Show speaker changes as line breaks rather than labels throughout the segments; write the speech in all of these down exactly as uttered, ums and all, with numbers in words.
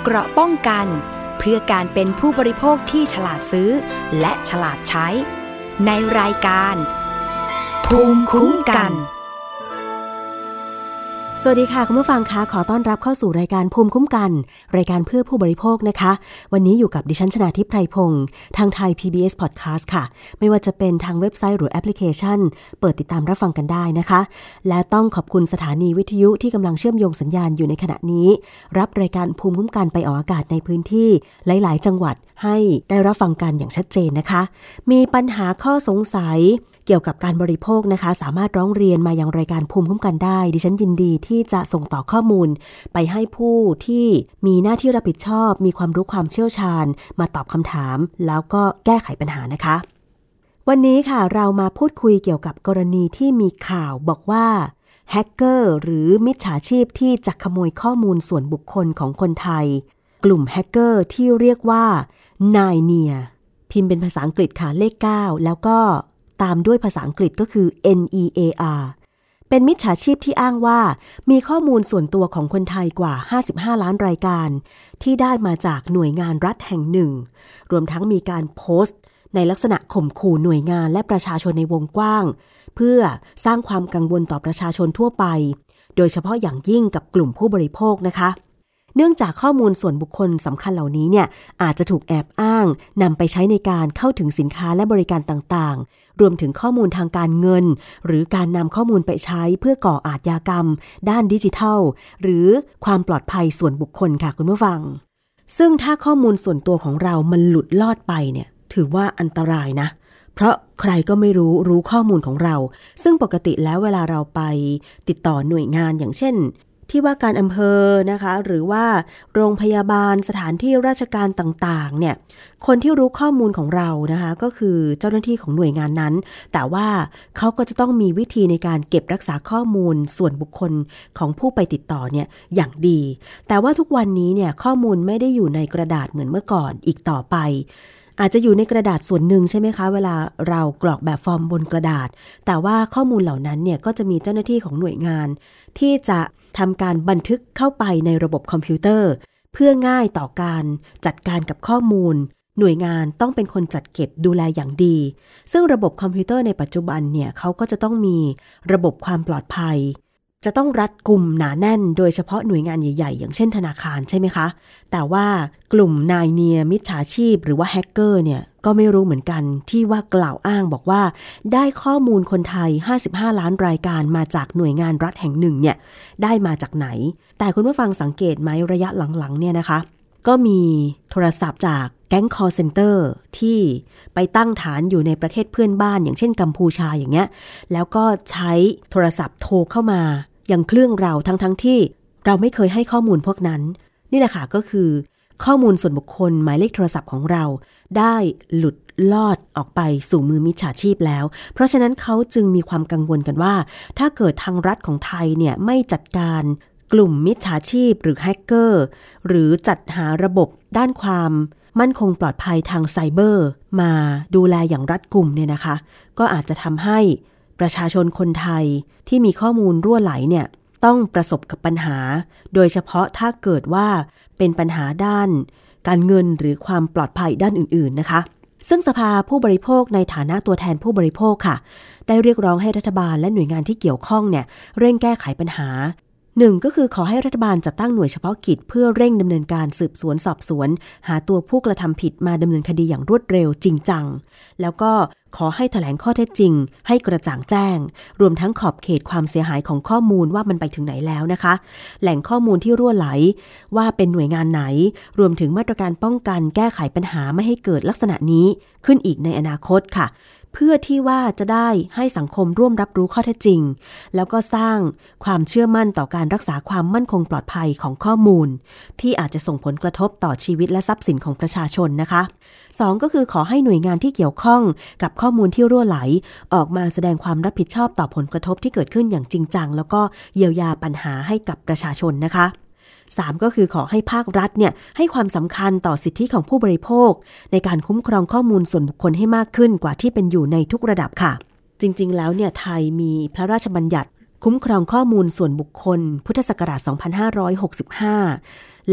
เกราะป้องกันเพื่อการเป็นผู้บริโภคที่ฉลาดซื้อและฉลาดใช้ในรายการภูมิคุ้มกัน
สวัสดีค่ะคุณผู้ฟังคะขอต้อนรับเข้าสู่รายการภูมิคุ้มกันรายการเพื่อผู้บริโภคนะคะวันนี้อยู่กับดิฉันชนาธิปไพรพงศ์ทางไทย พี บี เอส Podcast ค่ะไม่ว่าจะเป็นทางเว็บไซต์หรือแอปพลิเคชันเปิดติดตามรับฟังกันได้นะคะและต้องขอบคุณสถานีวิทยุที่กำลังเชื่อมโยงสัญญาณอยู่ในขณะนี้รับรายการภูมิคุ้มกันไปออกอากาศในพื้นที่หลายๆจังหวัดให้ได้รับฟังกันอย่างชัดเจนนะคะมีปัญหาข้อสงสัยเกี่ยวกับการบริโภคนะคะสามารถร้องเรียนมายังรายการภูมิคุ้มกันได้ดิฉันยินดีที่จะส่งต่อข้อมูลไปให้ผู้ที่มีหน้าที่รับผิดชอบมีความรู้ความเชี่ยวชาญมาตอบคำถามแล้วก็แก้ไขปัญหานะคะวันนี้ค่ะเรามาพูดคุยเกี่ยวกับกรณีที่มีข่าวบอกว่าแฮกเกอร์หรือมิจฉาชีพที่จะขโมยข้อมูลส่วนบุคคลของคนไทยกลุ่มแฮกเกอร์ที่เรียกว่า ไนเนีย พิมพ์เป็นภาษาอังกฤษค่ะเลขเก้าแล้วก็ตามด้วยภาษาอังกฤษก็คือ เอ็น อี เอ อาร์ เป็นมิจฉาชีพที่อ้างว่ามีข้อมูลส่วนตัวของคนไทยกว่าห้าสิบห้าล้านรายการที่ได้มาจากหน่วยงานรัฐแห่งหนึ่งรวมทั้งมีการโพสต์ในลักษณะข่มขู่หน่วยงานและประชาชนในวงกว้างเพื่อสร้างความกังวลต่อประชาชนทั่วไปโดยเฉพาะอย่างยิ่งกับกลุ่มผู้บริโภคนะคะเนื่องจากข้อมูลส่วนบุคคลสำคัญเหล่านี้เนี่ยอาจจะถูกแอบอ้างนำไปใช้ในการเข้าถึงสินค้าและบริการต่างๆรวมถึงข้อมูลทางการเงินหรือการนำข้อมูลไปใช้เพื่อก่ออาชญากรรมด้านดิจิทัลหรือความปลอดภัยส่วนบุคคลค่ะคุณผู้ฟังซึ่งถ้าข้อมูลส่วนตัวของเรามันหลุดลอดไปเนี่ยถือว่าอันตรายนะเพราะใครก็ไม่รู้รู้ข้อมูลของเราซึ่งปกติแล้วเวลาเราไปติดต่อหน่วยงานอย่างเช่นที่ว่าการอำเภอนะคะหรือว่าโรงพยาบาลสถานที่ราชการต่างๆเนี่ยคนที่รู้ข้อมูลของเรานะคะก็คือเจ้าหน้าที่ของหน่วยงานนั้นแต่ว่าเขาก็จะต้องมีวิธีในการเก็บรักษาข้อมูลส่วนบุคคลของผู้ไปติดต่อเนี่ยอย่างดีแต่ว่าทุกวันนี้เนี่ยข้อมูลไม่ได้อยู่ในกระดาษเหมือนเมื่อก่อนอีกต่อไปอาจจะอยู่ในกระดาษส่วนหนึ่งใช่ไหมคะเวลาเรากรอกแบบฟอร์มบนกระดาษแต่ว่าข้อมูลเหล่านั้นเนี่ยก็จะมีเจ้าหน้าที่ของหน่วยงานที่จะทำการบันทึกเข้าไปในระบบคอมพิวเตอร์เพื่อง่ายต่อการจัดการกับข้อมูลหน่วยงานต้องเป็นคนจัดเก็บดูแลอย่างดีซึ่งระบบคอมพิวเตอร์ในปัจจุบันเนี่ยเขาก็จะต้องมีระบบความปลอดภัยจะต้องรัดกุมหนาแน่นโดยเฉพาะหน่วยงานใหญ่ๆอย่างเช่นธนาคารใช่ไหมคะแต่ว่ากลุ่มนายเนียมิจฉาชีพหรือว่าแฮกเกอร์เนี่ยก็ไม่รู้เหมือนกันที่ว่ากล่าวอ้างบอกว่าได้ข้อมูลคนไทยห้าสิบห้าล้านรายการมาจากหน่วยงานรัฐแห่งหนึ่งเนี่ยได้มาจากไหนแต่คุณผู้ฟังสังเกตไหมระยะหลังๆเนี่ยนะคะก็มีโทรศัพท์จากแก๊ง call center ที่ไปตั้งฐานอยู่ในประเทศเพื่อนบ้านอย่างเช่นกัมพูชาอย่างเงี้ยแล้วก็ใช้โทรศัพท์โทรเข้ามายังเครื่องเราทั้งๆ ท, ที่เราไม่เคยให้ข้อมูลพวกนั้นนี่แหละค่ะก็คือข้อมูลส่วนบุคคลหมายเลขโทรศัพท์ของเราได้หลุดลอดออกไปสู่มือมิจฉาชีพแล้วเพราะฉะนั้นเขาจึงมีความกังวลกันว่าถ้าเกิดทางรัฐของไทยเนี่ยไม่จัดการกลุ่มมิจฉาชีพหรือแฮกเกอร์หรือจัดหาระบบด้านความมั่นคงปลอดภัยทางไซเบอร์มาดูแลอย่างรัดกุมเนี่ยนะคะก็อาจจะทำให้ประชาชนคนไทยที่มีข้อมูลรั่วไหลเนี่ยต้องประสบกับปัญหาโดยเฉพาะถ้าเกิดว่าเป็นปัญหาด้านการเงินหรือความปลอดภัยด้านอื่นๆนะคะซึ่งสภาผู้บริโภคในฐานะตัวแทนผู้บริโภคค่ะได้เรียกร้องให้รัฐบาลและหน่วยงานที่เกี่ยวข้องเนี่ยเร่งแก้ไขปัญหาหนึ่งก็คือขอให้รัฐบาลจัดตั้งหน่วยเฉพาะกิจเพื่อเร่งดำเนินการสืบสวนสอบสวนหาตัวผู้กระทำผิดมาดำเนินคดีอย่างรวดเร็วจริงจังแล้วก็ขอให้แถลงข้อเท็จจริงให้กระจ่างแจ้งรวมทั้งขอบเขตความเสียหายของข้อมูลว่ามันไปถึงไหนแล้วนะคะแหล่งข้อมูลที่รั่วไหลว่าเป็นหน่วยงานไหนรวมถึงมาตรการป้องกันแก้ไขปัญหาไม่ให้เกิดลักษณะนี้ขึ้นอีกในอนาคตค่ะเพื่อที่ว่าจะได้ให้สังคมร่วมรับรู้ข้อเท็จจริงแล้วก็สร้างความเชื่อมั่นต่อการรักษาความมั่นคงปลอดภัยของข้อมูลที่อาจจะส่งผลกระทบต่อชีวิตและทรัพย์สินของประชาชนนะคะสองก็คือขอให้หน่วยงานที่เกี่ยวข้องกับข้อมูลที่รั่วไหลออกมาแสดงความรับผิดชอบต่อผลกระทบที่เกิดขึ้นอย่างจริงจังแล้วก็เยียวยาปัญหาให้กับประชาชนนะคะสามก็คือขอให้ภาครัฐเนี่ยให้ความสำคัญต่อสิทธิของผู้บริโภคในการคุ้มครองข้อมูลส่วนบุคคลให้มากขึ้นกว่าที่เป็นอยู่ในทุกระดับค่ะจริงๆแล้วเนี่ยไทยมีพระราชบัญญัติคุ้มครองข้อมูลส่วนบุคคลพุทธศักราชสองพันห้าร้อยหกสิบห้าและ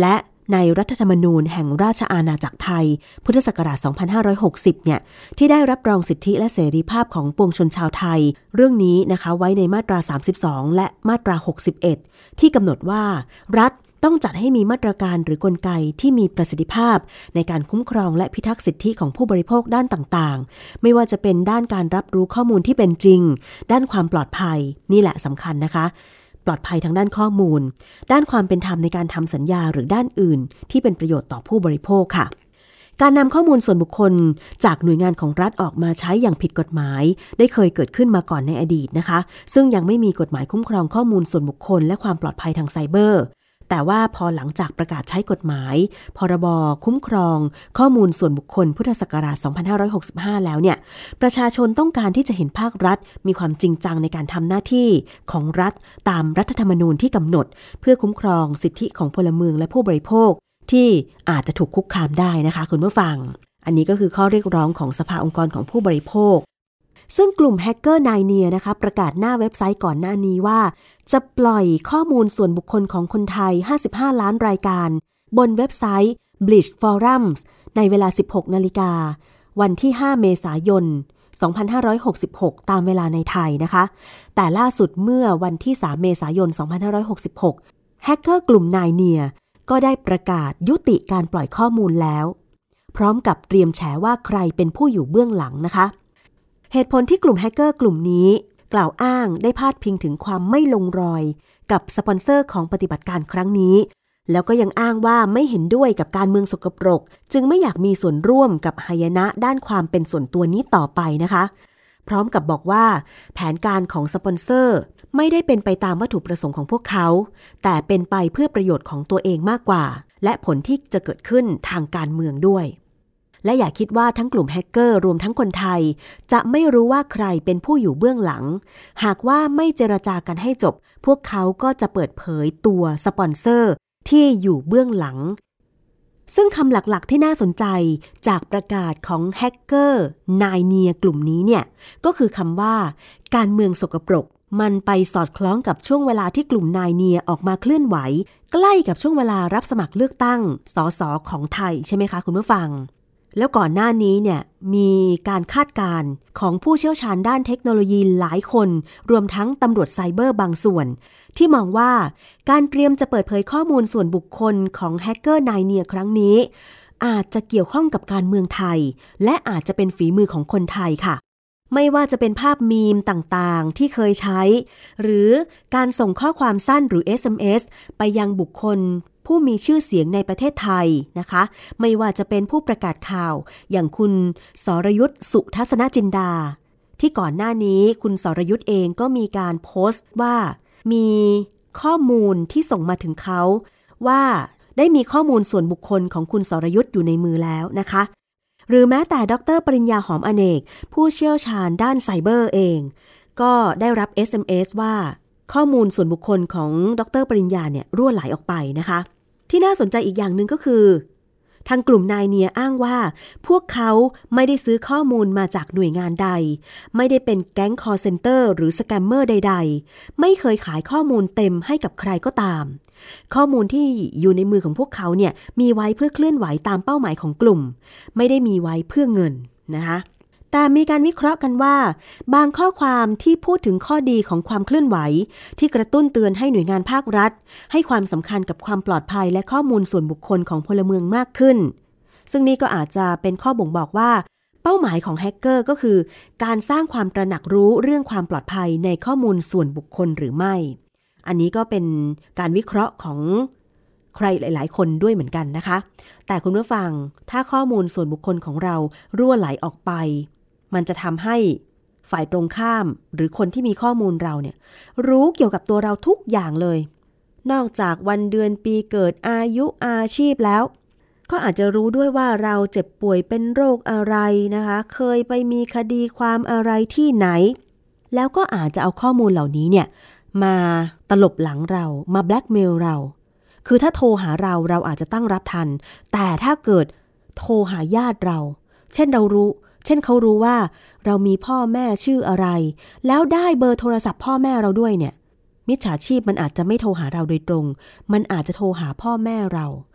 ในรัฐธรรมนูญแห่งราชอาณาจักรไทยพุทธศักราช สองพันห้าร้อยหกสิบ เนี่ยที่ได้รับรองสิทธิและเสรีภาพของปวงชนชาวไทยเรื่องนี้นะคะไว้ในมาตรา สามสิบสอง และมาตรา หกสิบเอ็ด ที่กำหนดว่ารัฐต้องจัดให้มีมาตรการหรือกลไกที่มีประสิทธิภาพในการคุ้มครองและพิทักษ์สิทธิของผู้บริโภคด้านต่างๆไม่ว่าจะเป็นด้านการรับรู้ข้อมูลที่เป็นจริงด้านความปลอดภัยนี่แหละสำคัญนะคะปลอดภัยทางด้านข้อมูลด้านความเป็นธรรมในการทำสัญญาหรือด้านอื่นที่เป็นประโยชน์ต่อผู้บริโภคค่ะการนำข้อมูลส่วนบุคคลจากหน่วยงานของรัฐออกมาใช้อย่างผิดกฎหมายได้เคยเกิดขึ้นมาก่อนในอดีตนะคะซึ่งยังไม่มีกฎหมายคุ้มครองข้อมูลส่วนบุคคลและความปลอดภัยทางไซเบอร์แต่ว่าพอหลังจากประกาศใช้กฎหมายพรบคุ้มครองข้อมูลส่วนบุคคลพุทธศักราช สองพันห้าร้อยหกสิบห้า แล้วเนี่ยประชาชนต้องการที่จะเห็นภาครัฐมีความจริงจังในการทำหน้าที่ของรัฐตามรัฐธรรมนูญที่กำหนดเพื่อคุ้มครองสิทธิของพลเมืองและผู้บริโภคที่อาจจะถูกคุกคามได้นะคะคุณผู้ฟังอันนี้ก็คือข้อเรียกร้องของสภาองค์กรของผู้บริโภคซึ่งกลุ่มแฮกเกอร์ไนเนียนะคะประกาศหน้าเว็บไซต์ก่อนหน้านี้ว่าจะปล่อยข้อมูลส่วนบุคคลของคนไทยห้าสิบห้าล้านรายการบนเว็บไซต์ Bleach Forums ในเวลา สิบหกนาฬิกาวันที่ห้าเมษายนสองพันห้าร้อยหกสิบหกตามเวลาในไทยนะคะแต่ล่าสุดเมื่อวันที่สามเมษายนสองพันห้าร้อยหกสิบหกแฮกเกอร์กลุ่มไนเนียก็ได้ประกาศยุติการปล่อยข้อมูลแล้วพร้อมกับเตรียมแฉว่าใครเป็นผู้อยู่เบื้องหลังนะคะเหตุผลที่กลุ่มแฮกเกอร์กลุ่มนี้กล่าวอ้างได้พาดพิงถึงความไม่ลงรอยกับสปอนเซอร์ของปฏิบัติการครั้งนี้แล้วก็ยังอ้างว่าไม่เห็นด้วยกับการเมืองสกปรกจึงไม่อยากมีส่วนร่วมกับหายนะด้านความเป็นส่วนตัวนี้ต่อไปนะคะพร้อมกับบอกว่าแผนการของสปอนเซอร์ไม่ได้เป็นไปตามวัตถุประสงค์ของพวกเขาแต่เป็นไปเพื่อประโยชน์ของตัวเองมากกว่าและผลที่จะเกิดขึ้นทางการเมืองด้วยและอย่าคิดว่าทั้งกลุ่มแฮกเกอร์รวมทั้งคนไทยจะไม่รู้ว่าใครเป็นผู้อยู่เบื้องหลังหากว่าไม่เจรจากันให้จบพวกเขาก็จะเปิดเผยตัวสปอนเซอร์ที่อยู่เบื้องหลังซึ่งคำหลักๆที่น่าสนใจจากประกาศของแฮกเกอร์ไนเนียกลุ่มนี้เนี่ยก็คือคำว่าการเมืองสกปรกมันไปสอดคล้องกับช่วงเวลาที่กลุ่มไนเนียออกมาเคลื่อนไหวใกล้กับช่วงเวลารับสมัครเลือกตั้งสสของไทยใช่ไหมคะคุณผู้ฟังแล้วก่อนหน้านี้เนี่ยมีการคาดการณ์ของผู้เชี่ยวชาญด้านเทคโนโลยีหลายคนรวมทั้งตำรวจไซเบอร์บางส่วนที่มองว่าการเตรียมจะเปิดเผยข้อมูลส่วนบุคคลของแฮกเกอร์ไนเนียครั้งนี้อาจจะเกี่ยวข้องกับการเมืองไทยและอาจจะเป็นฝีมือของคนไทยค่ะไม่ว่าจะเป็นภาพมีมต่างๆที่เคยใช้หรือการส่งข้อความสั้นหรือ เอส เอ็ม เอส ไปยังบุคคลผู้มีชื่อเสียงในประเทศไทยนะคะไม่ว่าจะเป็นผู้ประกาศข่าวอย่างคุณสรยุทธสุทัศนจินดาที่ก่อนหน้านี้คุณสรยุทธเองก็มีการโพสต์ว่ามีข้อมูลที่ส่งมาถึงเขาว่าได้มีข้อมูลส่วนบุคคลของคุณสรยุทธอยู่ในมือแล้วนะคะหรือแม้แต่ดร.ปริญญาหอมอเนกผู้เชี่ยวชาญด้านไซเบอร์เองก็ได้รับ เอส เอ็ม เอส ว่าข้อมูลส่วนบุคคลของดร.ปริญญาเนี่ยรั่วไหลออกไปนะคะที่น่าสนใจอีกอย่างหนึ่งก็คือทางกลุ่มไนเนียอ้างว่าพวกเขาไม่ได้ซื้อข้อมูลมาจากหน่วยงานใดไม่ได้เป็นแก๊งคอลเซ็นเตอร์หรือสแกมเมอร์ใดๆไม่เคยขายข้อมูลเต็มให้กับใครก็ตามข้อมูลที่อยู่ในมือของพวกเขาเนี่ยมีไว้เพื่อเคลื่อนไหวตามเป้าหมายของกลุ่มไม่ได้มีไว้เพื่อเงินนะคะแต่มีการวิเคราะห์กันว่าบางข้อความที่พูดถึงข้อดีของความเคลื่อนไหวที่กระตุ้นเตือนให้หน่วยงานภาครัฐให้ความสำคัญกับความปลอดภัยและข้อมูลส่วนบุคคลของพลเมืองมากขึ้นซึ่งนี่ก็อาจจะเป็นข้อบ่งบอกว่าเป้าหมายของแฮกเกอร์ก็คือการสร้างความตระหนักรู้เรื่องความปลอดภัยในข้อมูลส่วนบุคคลหรือไม่อันนี้ก็เป็นการวิเคราะห์ของใครหลายๆคนด้วยเหมือนกันนะคะแต่คุณผู้ฟังถ้าข้อมูลส่วนบุคคลของเรารั่วไหลออกไปมันจะทำให้ฝ่ายตรงข้ามหรือคนที่มีข้อมูลเราเนี่ยรู้เกี่ยวกับตัวเราทุกอย่างเลยนอกจากวันเดือนปีเกิดอายุอาชีพแล้วก็อาจจะรู้ด้วยว่าเราเจ็บป่วยเป็นโรคอะไรนะคะเคยไปมีคดีความอะไรที่ไหนแล้วก็อาจจะเอาข้อมูลเหล่านี้เนี่ยมาตลบหลังเรามาแบล็กเมลเราคือถ้าโทรหาเราเราอาจจะตั้งรับทันแต่ถ้าเกิดโทรหาญาติเราเช่นเรารู้เช่นเขารู้ว่าเรามีพ่อแม่ชื่ออะไรแล้วได้เบอร์โทรศัพท์พ่อแม่เราด้วยเนี่ยมิจฉาชีพมันอาจจะไม่โทรหาเราโดยตรงมันอาจจะโทรหาพ่อแม่เรา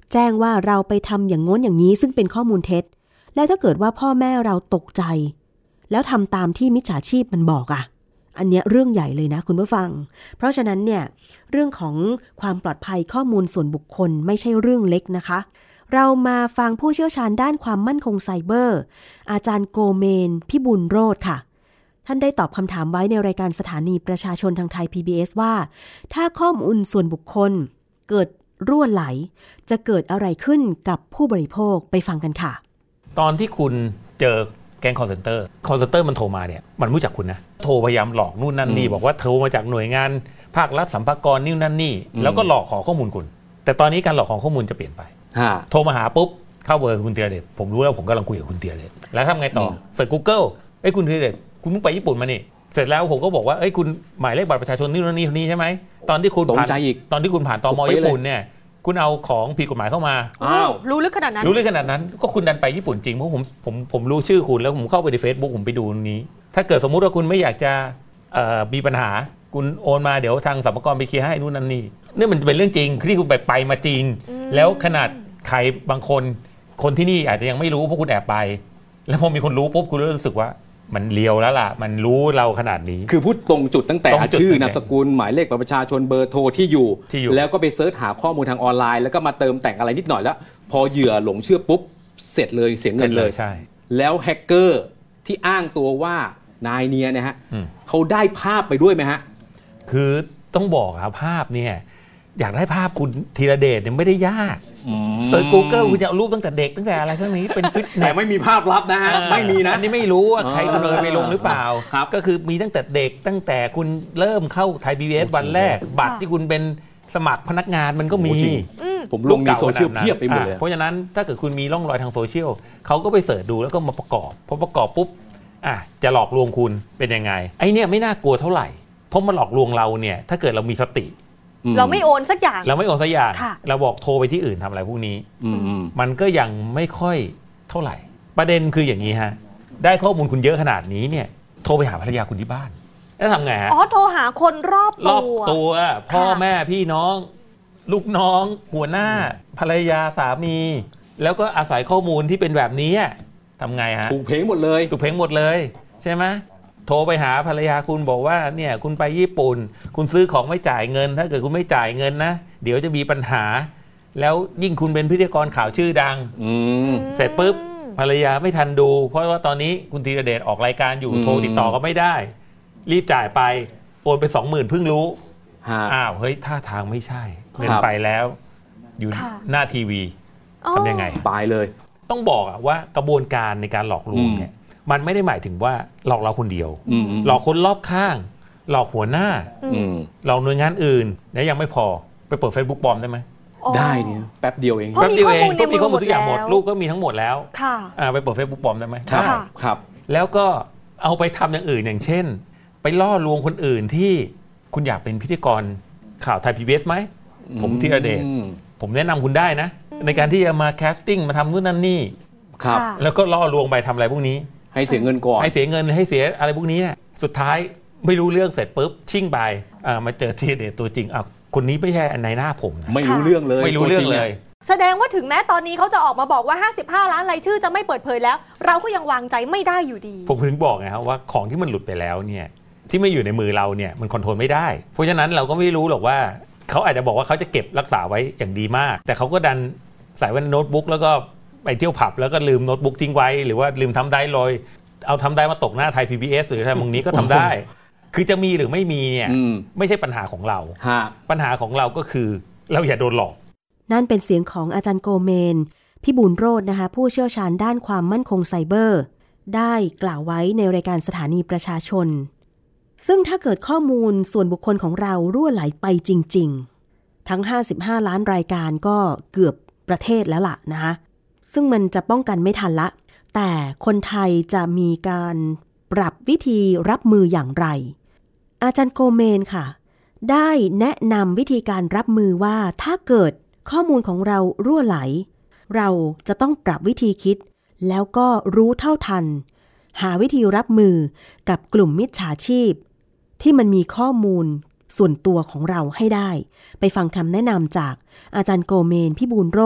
แจ้งว่าเราไปทำอย่างง้นอย่างนี้ซึ่งเป็นข้อมูลเท็จแล้วถ้าเกิดว่าพ่อแม่เราตกใจแล้วทำตามที่มิจฉาชีพมันบอกอ่ะอันเนี้ยเรื่องใหญ่เลยนะคุณผู้ฟังเพราะฉะนั้นเนี่ยเรื่องของความปลอดภัยข้อมูลส่วนบุคคลไม่ใช่เรื่องเล็กนะคะเรามาฟังผู้เชี่ยวชาญด้านความมั่นคงไซเบอร์อาจารย์โกเมนพิบูลโรจน์ค่ะท่านได้ตอบคำถามไว้ในรายการสถานีประชาชนทางไทย พี บี เอส ว่าถ้าข้อมูลส่วนบุคคลเกิดรั่วไหลจะเกิดอะไรขึ้นกับผู้บริโภคไปฟังกันค่ะ
ตอนที่คุณเจอแก๊ง call center call center มันโทรมาเนี่ยมันรู้จักคุณนะโทรพยายามหลอกนู่นนั่นนี่บอกว่าโทรมาจากหน่วยงานภาครัฐสรรพากรนี่นั่นนี่แล้วก็หลอกขอข้อมูลคุณแต่ตอนนี้การหลอกขอข้อมูลจะเปลี่ยนไปโทรมาหาปุ๊บเข้าเบอร์คุณธีรเดชผมรู้แล้วผมกำลังคุยกับคุณธีรเดชแล้วทำไงต่อเสิร์ช Google เอ้ยคุณธีรเดชคุณเพิ่งไปญี่ปุ่นมานี่เสร็จแล้วผมก็บอกว่าเอ้ยคุณหมายเลขบัตรประชาชนนี่นั่นนี่นี่ใช่ไหมตอนที่คุณผ่านตอนที่คุณผ่านตม.ญี่ปุ่นเนี่ยคุณเอาของผิดกฎหมายเข้ามา
อ้าวรู้ลึกขนาดนั้น
รู้ลึกขนาดนั้นก็คุณดันไปญี่ปุ่นจริงเพราะผมผมผมรู้ชื่อคุณแล้วผมเข้าไปใน Facebook ผมไปดูนี้ถ้าเกิดสมมุติว่าคุณไม่อยากจะเอ่อมีปัญหาคุณโอนมาเดี๋ยวทางสรรพากรไปเคลียร์ให้นู่นนั่นนี่นี่มันเป็นเรื่องจริงที่คุณไปไปมาจริงแล้วขนาดใครบางคนคนที่นี่อาจจะยังไม่รู้เพราะคุณแอบไปแล้วพอมีคนรู้ปุ๊บคุณรู้สึกว่ามันเลียวแล้วล่ะมันรู้เราขนาดนี้
คือพูดตรงจุดตั้งแต่ชื่อนามสกุลหมายเลขบัตรประชาชนเบอร์โทรที่อยู่แล้วก็ไปเสิร์ชหาข้อมูลทางออนไลน์แล้วก็มาเติมแต่งอะไรนิดหน่อยแล้วพอเหยื่อหลงเชื่อปุ๊บเสร็จเลยเสียเงินเลย
ใช่
แล้วแฮกเกอร์ที่อ้างตัวว่านายเนียเนี่ยฮะเขาได้ภาพไปด้วยไหมฮะ
คือต้องบอกครับภาพเนี่ยอยากได้ภาพคุณธีรเดชเนี่ยไม่ได้ยากเสิร์ช Google คุณจะเอารูปตั้งแต่เด็กตั้งแต่อะไรทั้งนี้เป็นฟิตเนส
แต่ไม่มีภาพลับนะฮะไม่มีนะ
อันนี้ไม่รู้ว่าใครคุณเลยไปลงหรือเปล่าก็คือมีตั้งแต่เด็กตั้งแต่คุณเริ่มเข้าไทย พี บี เอส วันแรกบัตรที่คุณเป็นสมัครพนักงานมันก็มี
ผมลงในโซเชียลเพียบไปหมดเลย
เพราะฉะนั้นถ้าเกิดคุณมีร่องรอยทางโซเชียลเขาก็ไปเสิร์ชดูแล้วก็มาประกอบพอประกอบปุ๊บอ่ะจะหลอกลวงคุณเป็นยังไงไอ้เนี่ยไม่น่ากลัวเท่าไหร่เพราะมาหลอกลวงเราเนี่ยถ้าเกิดเรามีสติ
เราไม่โอนสักอย่าง
เราไม่โอนสักอย่างเราบอกโทรไปที่อื่นทำอะไรพวกนี้มันก็ยังไม่ค่อยเท่าไหร่ประเด็นคืออย่างนี้ฮะได้ข้อมูลคุณเยอะขนาดนี้เนี่ยโทรไปหาภรรยาคุณที่บ้านแล้วทำไงฮะ
อ๋อโทรหาคนรอบตัวรอบ
ตัวพ่อแม่พี่น้องลูกน้องหัวหน้าภรรยาสามีแล้วก็อาศัยข้อมูลที่เป็นแบบนี้ทำไงฮะ
ถูกเพ่งหมดเลย
ถูกเพ่งหมดเลยใช่ไหมโทรไปหาภรรยาคุณบอกว่าเนี่ยคุณไปญี่ปุ่นคุณซื้อของไม่จ่ายเงินถ้าเกิดคุณไม่จ่ายเงินนะเดี๋ยวจะมีปัญหาแล้วยิ่งคุณเป็นพิธีกรข่าวชื่อดังเสร็จปุ๊บภรรยาไม่ทันดูเพราะว่าตอนนี้คุณธีรเดชออกรายการอยู่โทรติดต่อก็ไม่ได้รีบจ่ายไปโอนไป สองหมื่น เพิ่งรู้อ้าวเฮ้ยท่าทางไม่ใช่เงินไปแล้วอยู่หน้าทีวีทำยังไง
ไปเลย
ต้องบอกอะว่ากระบวนการในการหลอกลวงเนี่ยมันไม่ได้หมายถึงว่าหลอกเราคนเดียวหลอกคนรอบข้างหลอกหัวหน้าหลอกหน่วยงานอื่นแล้วยังไม่พอไปเปิด Facebook ปลอมได้ไหม
ได้เนี่ยแป๊บเดียวเอง
แป๊บเดียวเองก็มีข้อมูลทุกอย่างหมดลูกก็มีทั้งหมดแล้วไปเปิด Facebook ปลอมได้ไหม
ครับครับ
แล้วก็เอาไปทำอย่างอื่นอย่างเช่นไปล่อลวงคนอื่นที่คุณอยากเป็นพิธีกรข่าวไทย พี บี เอส ไหมผมธีรเดชผมแนะนำคุณได้นะในการที่จะมาแคสติ้งมาทำนู่นนั่นนี่แล้วก็ล่อลวงไปทำอะไรพวกนี้
ให้เสียเงินก่อน
ให้เสียเงินให้เสียอะไรพวกนี้เนี่ยสุดท้ายไม่รู้เรื่องเสร็จปุ๊บชิ่งไปมาเจอธีรเดชตัวจริงอ่ะคนนี้ไม่ใช่ในหน้าผมนะ
ไม่รู้เรื่องเลย
ไม่รู้เรื่องเลย
แสดงว่าถึงแม้ตอนนี้เขาจะออกมาบอกว่าห้าสิบห้าล้านรายชื่อจะไม่เปิดเผยแล้วเราก็ยังวางใจไม่ได้อยู่ดี
ผมถึงบอกไงครับว่าของที่มันหลุดไปแล้วเนี่ยที่ไม่อยู่ในมือเราเนี่ยมันคอนโทรลไม่ได้เพราะฉะนั้นเราก็ไม่รู้หรอกว่าเขาอาจจะบอกว่าเขาจะเก็บรักษาไว้อย่างดีมากแต่เขาก็ดันใส่ไว้ในโน้ตบุ๊กแล้วก็ไปเที่ยวผับแล้วก็ลืมโน้ตบุ๊กทิ้งไว้หรือว่าลืมทำได้ลอยเอาทำได้มาตกหน้าไทย พี บี เอส หรืออะไรตรงนี้ก็ทำได้คือจะมีหรือไม่มีเนี่ยไม่ใช่ปัญหาของเราปัญหาของเราก็คือเราอย่าโดนหลอก
นั่นเป็นเสียงของอาจารย์โกเมนพิบูลโรจน์นะคะผู้เชี่ยวชาญด้านความมั่นคงไซเบอร์ได้กล่าวไว้ในรายการสถานีประชาชนซึ่งถ้าเกิดข้อมูลส่วนบุคคลของเรารั่วไหลไปจริงๆทั้งห้าสิบห้าล้านรายการก็เกือบประเทศแล้วล่ะนะคะซึ่งมันจะป้องกันไม่ทันละแต่คนไทยจะมีการปรับวิธีรับมืออย่างไรอาจารย์โกเมนค่ะได้แนะนำวิธีการรับมือว่าถ้าเกิดข้อมูลของเรารั่วไหลเราจะต้องปรับวิธีคิดแล้วก็รู้เท่าทันหาวิธีรับมือกับกลุ่มมิจฉาชีพที่มันมีข้อมูลส่วนตัวของเราให้ได้ไปฟังคำแนะนำจากอาจารย์โกเมนพิบูลโรจน์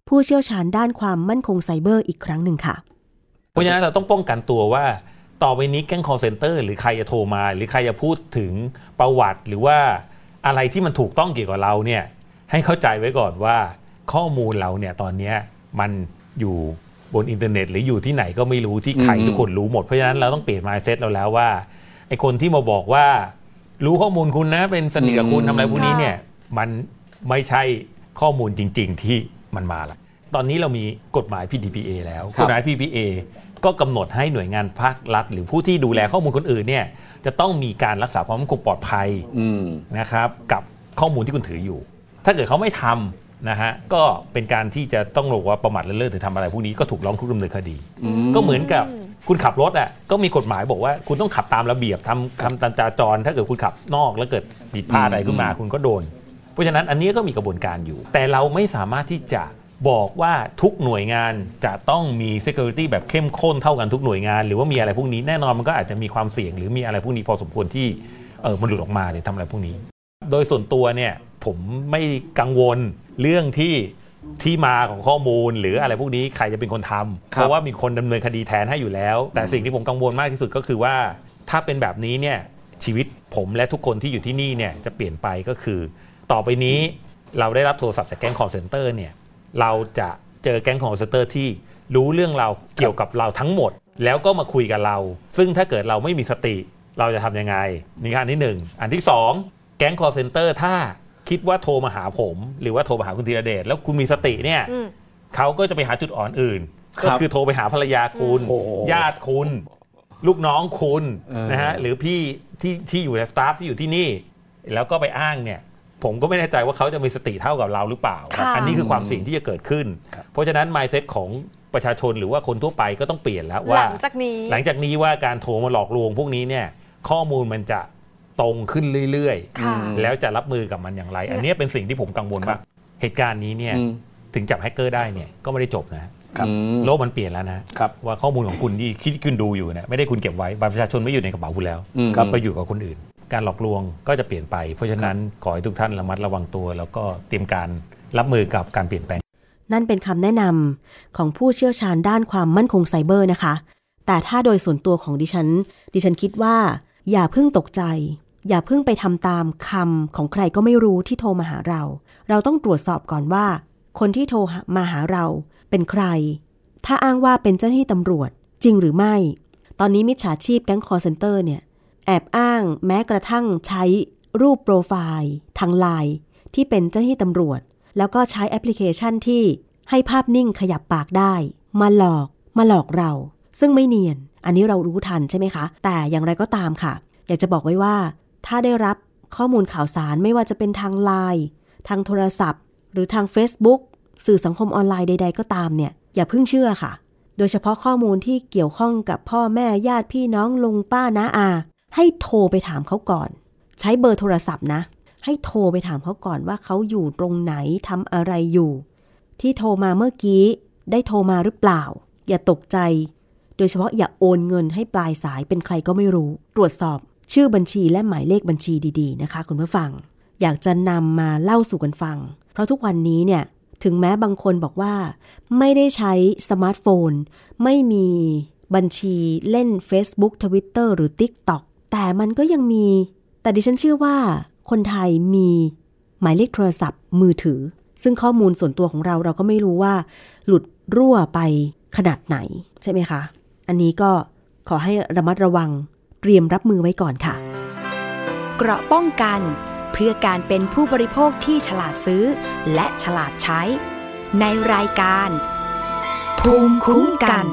ผู้เชี่ยวชาญด้านความมั่นคงไซเบอร์อีกครั้งหนึ่งค่ะ
เพราะฉะนั้นเราต้องป้องกันตัวว่าต่อไปนี้แก๊ง call center หรือใครจะโทรมาหรือใครจะพูดถึงประวัติหรือว่าอะไรที่มันถูกต้องเกี่ยวกับเราเนี่ยให้เข้าใจไว้ก่อนว่าข้อมูลเราเนี่ยตอนนี้มันอยู่บนอินเทอร์เน็ตหรืออยู่ที่ไหนก็ไม่รู้ที่ใครทุกคนรู้หมดเพราะฉะนั้นเราต้องเปลี่ยน mindset เราแล้วว่าไอ้คนที่มาบอกว่ารู้ข้อมูลคุณนะเป็นสนิทกับคุณทำอะไรพวกนี้เนี่ยมันไม่ใช่ข้อมูลจริงๆที่มันมาละตอนนี้เรามีกฎหมาย พี ดี พี เอ แล้วกฎหมาย พี ดี พี เอ ก็กำหนดให้หน่วยงานภาครัฐหรือผู้ที่ดูแลข้อมูลคนอื่นเนี่ยจะต้องมีการรักษาความมั่นคงปลอดภัยนะครับกับข้อมูลที่คุณถืออยู่ถ้าเกิดเขาไม่ทำนะฮะก็เป็นการที่จะต้องบอกว่าประมาทเลินเล่อหรือทำอะไรพวกนี้ก็ถูกร้องทุกข์ดำเนินคดีก็เหมือนกับคุณขับรถอ่ะก็มีกฎหมายบอกว่าคุณต้องขับตามระเบียบทำคำตามจราจรถ้าเกิดคุณขับนอกแล้วเกิดผิดพลาดอะไรขึ้นมาคุณก็โดนเพราะฉะนั้นอันนี้ก็มีกระบวนการอยู่แต่เราไม่สามารถที่จะบอกว่าทุกหน่วยงานจะต้องมี security แบบเข้มข้นเท่ากันทุกหน่วยงานหรือว่ามีอะไรพวกนี้แน่นอนมันก็อาจจะมีความเสี่ยงหรือมีอะไรพวกนี้พอสมควรที่เออมันหลุดออกมาหรือทำอะไรพวกนี้โดยส่วนตัวเนี่ยผมไม่กังวลเรื่องที่ที่มาของข้อมูลหรืออะไรพวกนี้ใครจะเป็นคนทำเพราะว่ามีคนดำเนินคดีแทนให้อยู่แล้วแต่สิ่งที่ผมกังวลมากที่สุดก็คือว่าถ้าเป็นแบบนี้เนี่ยชีวิตผมและทุกคนที่อยู่ที่นี่เนี่ยจะเปลี่ยนไปก็คือต่อไปนี้เราได้รับโทรศัพท์จากแก๊ง call center เนี่ยเราจะเจอแก๊ง call center ที่รู้เรื่องเราเกี่ยวกับเราทั้งหมดแล้วก็มาคุยกับเราซึ่งถ้าเกิดเราไม่มีสติเราจะทำยังไงนี่อันที่หนึ่งอันที่สองแก๊ง call center ถ้าคิดว่าโทรมาหาผมหรือว่าโทรมาหาคุณธีรเดชแล้วคุณมีสติเนี่ยเขาก็จะไปหาจุดอ่อนอื่นก็คือโทรไปหาภรรยาคุณญาติคุณลูกน้องคุณนะฮะหรือพี่ที่ที่อยู่ในสตาฟที่อยู่ที่นี่แล้วก็ไปอ้างเนี่ยผมก็ไม่แน่ใจว่าเขาจะมีสติเท่ากับเราหรือเปล่าอันนี้คือความเสี่ยงที่จะเกิดขึ้นเพราะฉะนั้น mindset ของประชาชนหรือว่าคนทั่วไปก็ต้องเปลี่ยนแล้วว่าหลังจากนี้หลังจากนี้ว่าการโทรมาหลอกลวงพวกนี้เนี่ยข้อมูลมันจะตรงขึ้นเรื่อยๆแล้วจะรับมือกับมันอย่างไรอันนี้เป็นสิ่งที่ผมกังวลว่าเหตุการณ์นี้เนี่ยถึงจับแฮกเกอร์ได้เนี่ยก็ไม่ได้จบนะโลกมันเปลี่ยนแล้วนะว่าข้อมูลของคุณที่คิดคุณดูอยู่เนี่ยไม่ได้คุณเก็บไว้บัตรประชาชนไม่อยู่ในกระเป๋าคุณแล้วก็ไปอยู่กับคนอื่นการหลอกลวงก็จะเปลี่ยนไปเพราะฉะนั้นขอให้ทุกท่านระมัดระวังตัวแล้วก็เตรียมการรับมือกับการเปลี่ยนแปลง
นั่นเป็นคำแนะนำของผู้เชี่ยวชาญด้านความมั่นคงไซเบอร์นะคะแต่ถ้าโดยส่วนตัวของดิฉันดิฉันคิดว่าอย่าเพิ่งตกใจอย่าเพิ่งไปทำตามคำของใครก็ไม่รู้ที่โทรมาหาเราเราต้องตรวจสอบก่อนว่าคนที่โทรมาหาเราเป็นใครถ้าอ้างว่าเป็นเจ้าหน้าที่ตำรวจจริงหรือไม่ตอนนี้มิจฉาชีพแก๊ง call center เนี่ยแอบอ้างแม้กระทั่งใช้รูปโปรไฟล์ทางไลน์ที่เป็นเจ้าหน้าที่ตำรวจแล้วก็ใช้แอปพลิเคชันที่ให้ภาพนิ่งขยับปากได้มาหลอกมาหลอกเราซึ่งไม่เนียนอันนี้เรารู้ทันใช่ไหมคะแต่อย่างไรก็ตามค่ะอยากจะบอกไว้ว่าถ้าได้รับข้อมูลข่าวสารไม่ว่าจะเป็นทางไลน์ทางโทรศัพท์หรือทาง Facebook สื่อสังคมออนไลน์ใดๆก็ตามเนี่ยอย่าเพิ่งเชื่อค่ะโดยเฉพาะข้อมูลที่เกี่ยวข้องกับพ่อแม่ญาติพี่น้องลุงป้าน้าอาให้โทรไปถามเขาก่อนใช้เบอร์โทรศัพท์นะให้โทรไปถามเขาก่อนว่าเขาอยู่ตรงไหนทำอะไรอยู่ที่โทรมาเมื่อกี้ได้โทรมาหรือเปล่าอย่าตกใจโดยเฉพาะอย่าโอนเงินให้ปลายสายเป็นใครก็ไม่รู้ตรวจสอบชื่อบัญชีและหมายเลขบัญชีดีๆนะคะคุณผู้ฟังอยากจะนำมาเล่าสู่กันฟังเพราะทุกวันนี้เนี่ยถึงแม้บางคนบอกว่าไม่ได้ใช้สมาร์ทโฟนไม่มีบัญชีเล่น Facebook Twitter หรือ TikTok แต่มันก็ยังมีแต่ดิฉันเชื่อว่าคนไทยมีหมายเลขโทรศัพท์มือถือซึ่งข้อมูลส่วนตัวของเราเราก็ไม่รู้ว่าหลุดรั่วไปขนาดไหนใช่ไหมคะอันนี้ก็ขอให้ระมัดระวังเตรียมรับมือไว้ก่อนค่ะ
เกราะป้องกันเพื่อการเป็นผู้บริโภคที่ฉลาดซื้อและฉลาดใช้ในรายการภูมิคุ้มกัน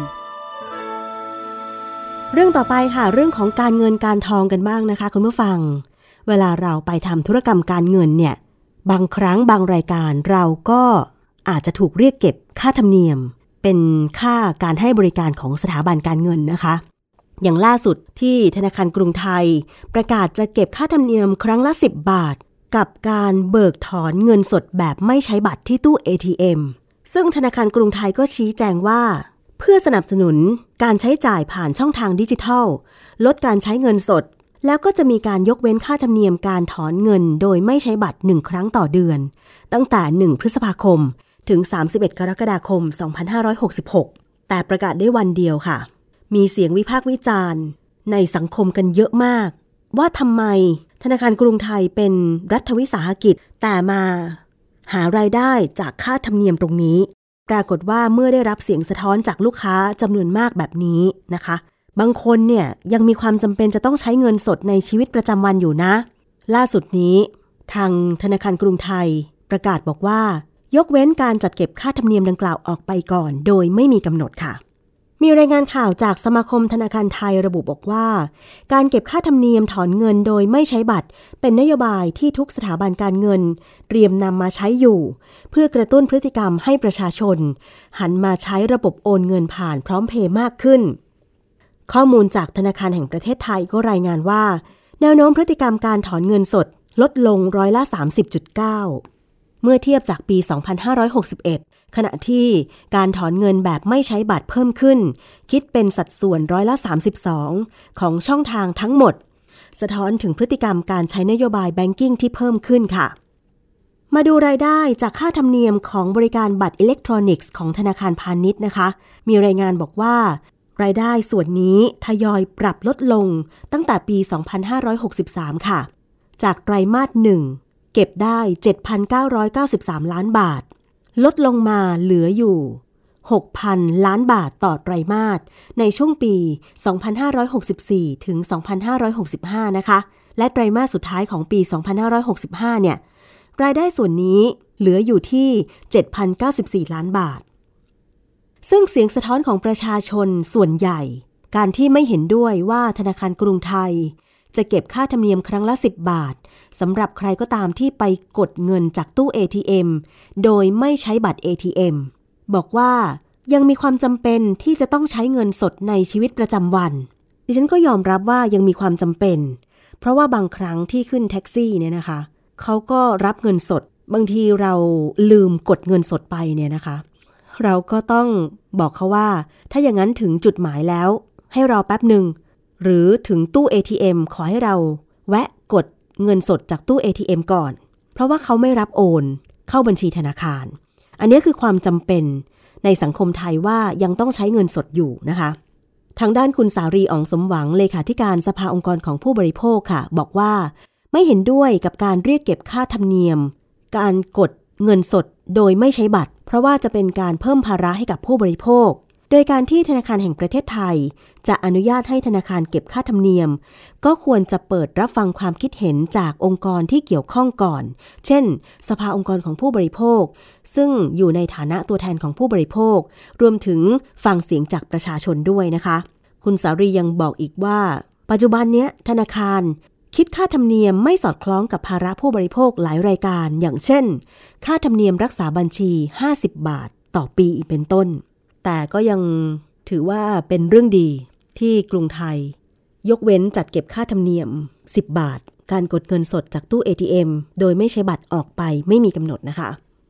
เรื่องต่อไปค่ะเรื่องของการเงินการทองกันบ้างนะคะคุณผู้ฟังเวลาเราไปทำธุรกรรมการเงินเนี่ยบางครั้งบางรายการเราก็อาจจะถูกเรียกเก็บค่าธรรมเนียมเป็นค่าการให้บริการของสถาบันการเงินนะคะอย่างล่าสุดที่ธนาคารกรุงไทยประกาศจะเก็บค่าธรรมเนียมครั้งละสิบบาทกับการเบิกถอนเงินสดแบบไม่ใช้บัตรที่ตู้ เอ ที เอ็ม ซึ่งธนาคารกรุงไทยก็ชี้แจงว่าเพื่อสนับสนุนการใช้จ่ายผ่านช่องทางดิจิทัลลดการใช้เงินสดแล้วก็จะมีการยกเว้นค่าธรรมเนียมการถอนเงินโดยไม่ใช้บัตรหนึ่งครั้งต่อเดือนตั้งแต่หนึ่งพฤษภาคมถึงสามสิบเอ็ดกรกฎาคมสองพันห้าร้อยหกสิบหกแต่ประกาศได้วันเดียวค่ะมีเสียงวิพากษ์วิจารณ์ในสังคมกันเยอะมากว่าทำไมธนาคารกรุงไทยเป็นรัฐวิสาหกิจแต่มาหารายได้จากค่าธรรมเนียมตรงนี้ปรากฏว่าเมื่อได้รับเสียงสะท้อนจากลูกค้าจำนวนมากแบบนี้นะคะบางคนเนี่ยยังมีความจำเป็นจะต้องใช้เงินสดในชีวิตประจำวันอยู่นะล่าสุดนี้ทางธนาคารกรุงไทยประกาศบอกว่ายกเว้นการจัดเก็บค่าธรรมเนียมดังกล่าวออกไปก่อนโดยไม่มีกำหนดค่ะมีรายงานข่าวจากสมาคมธนาคารไทยระบุบอกว่าการเก็บค่าธรรมเนียมถอนเงินโดยไม่ใช้บัตรเป็นนโยบายที่ทุกสถาบันการเงินเตรียมนำมาใช้อยู่เพื่อกระตุ้นพฤติกรรมให้ประชาชนหันมาใช้ระบบโอนเงินผ่านพร้อมเพย์มากขึ้นข้อมูลจากธนาคารแห่งประเทศไทยก็รายงานว่าแนวโน้มพฤติกรรมการถอนเงินสดลดลงร้อยละ สามสิบจุดเก้า เมื่อเทียบจากปี สองพันห้าร้อยหกสิบเอ็ดขณะที่การถอนเงินแบบไม่ใช้บัตรเพิ่มขึ้นคิดเป็นสัดส่วนร้อยละ สามสิบสอง ของช่องทางทั้งหมดสะท้อนถึงพฤติกรรมการใช้นโยบายแบงกิ้งที่เพิ่มขึ้นค่ะมาดูรายได้จากค่าธรรมเนียมของบริการบัตรอิเล็กทรอนิกส์ของธนาคารพาณิชย์นะคะมีรายงานบอกว่ารายได้ส่วนนี้ทยอยปรับลดลงตั้งแต่ปี สองพันห้าร้อยหกสิบสาม ค่ะจากไตรมาสหนึ่งเก็บได้ เจ็ดพันเก้าร้อยเก้าสิบสาม ล้านบาทลดลงมาเหลืออยู่ หกพัน ล้านบาทต่อไตรมาสในช่วงปี สองพันห้าร้อยหกสิบสี่ ถึง สองพันห้าร้อยหกสิบห้า นะคะและไตรมาสสุดท้ายของปี สองพันห้าร้อยหกสิบห้า เนี่ยรายได้ส่วนนี้เหลืออยู่ที่ เจ็ดพันเก้าสิบสี่ ล้านบาทซึ่งเสียงสะท้อนของประชาชนส่วนใหญ่การที่ไม่เห็นด้วยว่าธนาคารกรุงไทยจะเก็บค่าธรรมเนียมครั้งละสิบบาทสำหรับใครก็ตามที่ไปกดเงินจากตู้ เอ ที เอ็ม โดยไม่ใช้บัตร เอ ที เอ็ม บอกว่ายังมีความจำเป็นที่จะต้องใช้เงินสดในชีวิตประจำวันดิฉันก็ยอมรับว่ายังมีความจำเป็นเพราะว่าบางครั้งที่ขึ้นแท็กซี่เนี่ยนะคะเขาก็รับเงินสดบางทีเราลืมกดเงินสดไปเนี่ยนะคะเราก็ต้องบอกเขาว่าถ้าอย่างนั้นถึงจุดหมายแล้วให้รอแป๊บหนึ่งหรือถึงตู้ เอ ที เอ็ม ขอให้เราแวะกดเงินสดจากตู้ เอ ที เอ็ม ก่อนเพราะว่าเขาไม่รับโอนเข้าบัญชีธนาคารอันนี้คือความจำเป็นในสังคมไทยว่ายังต้องใช้เงินสดอยู่นะคะทางด้านคุณสารีอ๋องสมหวังเลขาธิการสภาองค์กรของผู้บริโภคค่ะบอกว่าไม่เห็นด้วยกับการเรียกเก็บค่าธรรมเนียมการกดเงินสดโดยไม่ใช้บัตรเพราะว่าจะเป็นการเพิ่มภาระให้กับผู้บริโภคโดยการที่ธนาคารแห่งประเทศไทยจะอนุญาตให้ธนาคารเก็บค่าธรรมเนียมก็ควรจะเปิดรับฟังความคิดเห็นจากองค์กรที่เกี่ยวข้องก่อนเช่นสภาองค์กรของผู้บริโภคซึ่งอยู่ในฐานะตัวแทนของผู้บริโภครวมถึงฟังเสียงจากประชาชนด้วยนะคะคุณสารียังบอกอีกว่าปัจจุบันนี้ธนาคารคิดค่าธรรมเนียมไม่สอดคล้องกับภาระผู้บริโภคหลายรายการอย่างเช่นค่าธรรมเนียมรักษาบัญชีห้าสิบบาทต่อปีเป็นต้นแต่ก็ยังถือว่าเป็นเรื่องดีที่กรุงไทยยกเว้นจัดเก็บค่าธรรมเนียมสิบบาทการกดเงินสดจากตู้ เอ ที เอ็ม โดยไม่ใช้บัตรออกไปไม่มีกำหนดนะคะ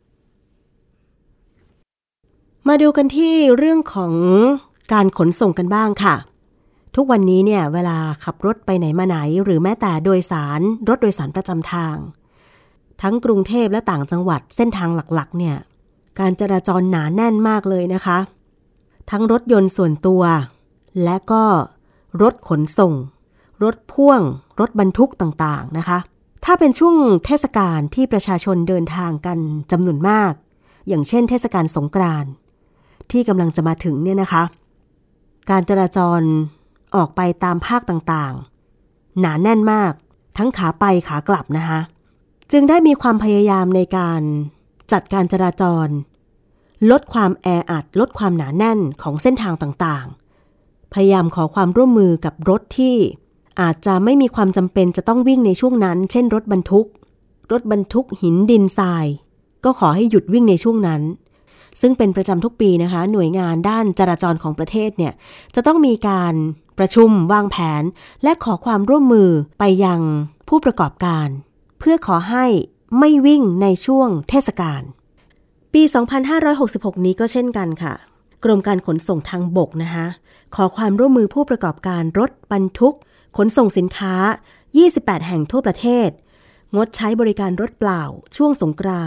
มาดูกันที่เรื่องของการขนส่งกันบ้างค่ะทุกวันนี้เนี่ยเวลาขับรถไปไหนมาไหนหรือแม้แต่โดยสารรถโดยสารประจำทางทั้งกรุงเทพและต่างจังหวัดเส้นทางหลักๆเนี่ยการจราจรหนาแน่นมากเลยนะคะทั้งรถยนต์ส่วนตัวและก็รถขนส่งรถพ่วงรถบรรทุกต่างๆนะคะถ้าเป็นช่วงเทศกาลที่ประชาชนเดินทางกันจำนวนมากอย่างเช่นเทศกาลสงกรานต์ที่กำลังจะมาถึงเนี่ยนะคะการจราจรออกไปตามภาคต่างๆหนาแน่นมากทั้งขาไปขากลับนะคะจึงได้มีความพยายามในการจัดการจราจรลดความแออัดลดความหนาแน่นของเส้นทางต่างๆพยายามขอความร่วมมือกับรถที่อาจจะไม่มีความจำเป็นจะต้องวิ่งในช่วงนั้นเช่นรถบรรทุกรถบรรทุกหินดินทรายก็ขอให้หยุดวิ่งในช่วงนั้นซึ่งเป็นประจำทุกปีนะคะหน่วยงานด้านจราจรของประเทศเนี่ยจะต้องมีการประชุมวางแผนและขอความร่วมมือไปยังผู้ประกอบการเพื่อขอให้ไม่วิ่งในช่วงเทศกาลปี สองพันห้าร้อยหกสิบหก นี้ก็เช่นกันค่ะกรมการขนส่งทางบกนะคะขอความร่วมมือผู้ประกอบการรถบรรทุกขนส่งสินค้ายี่สิบแปดแห่งทั่วประเทศงดใช้บริการรถเปล่าช่วงสงกรานต์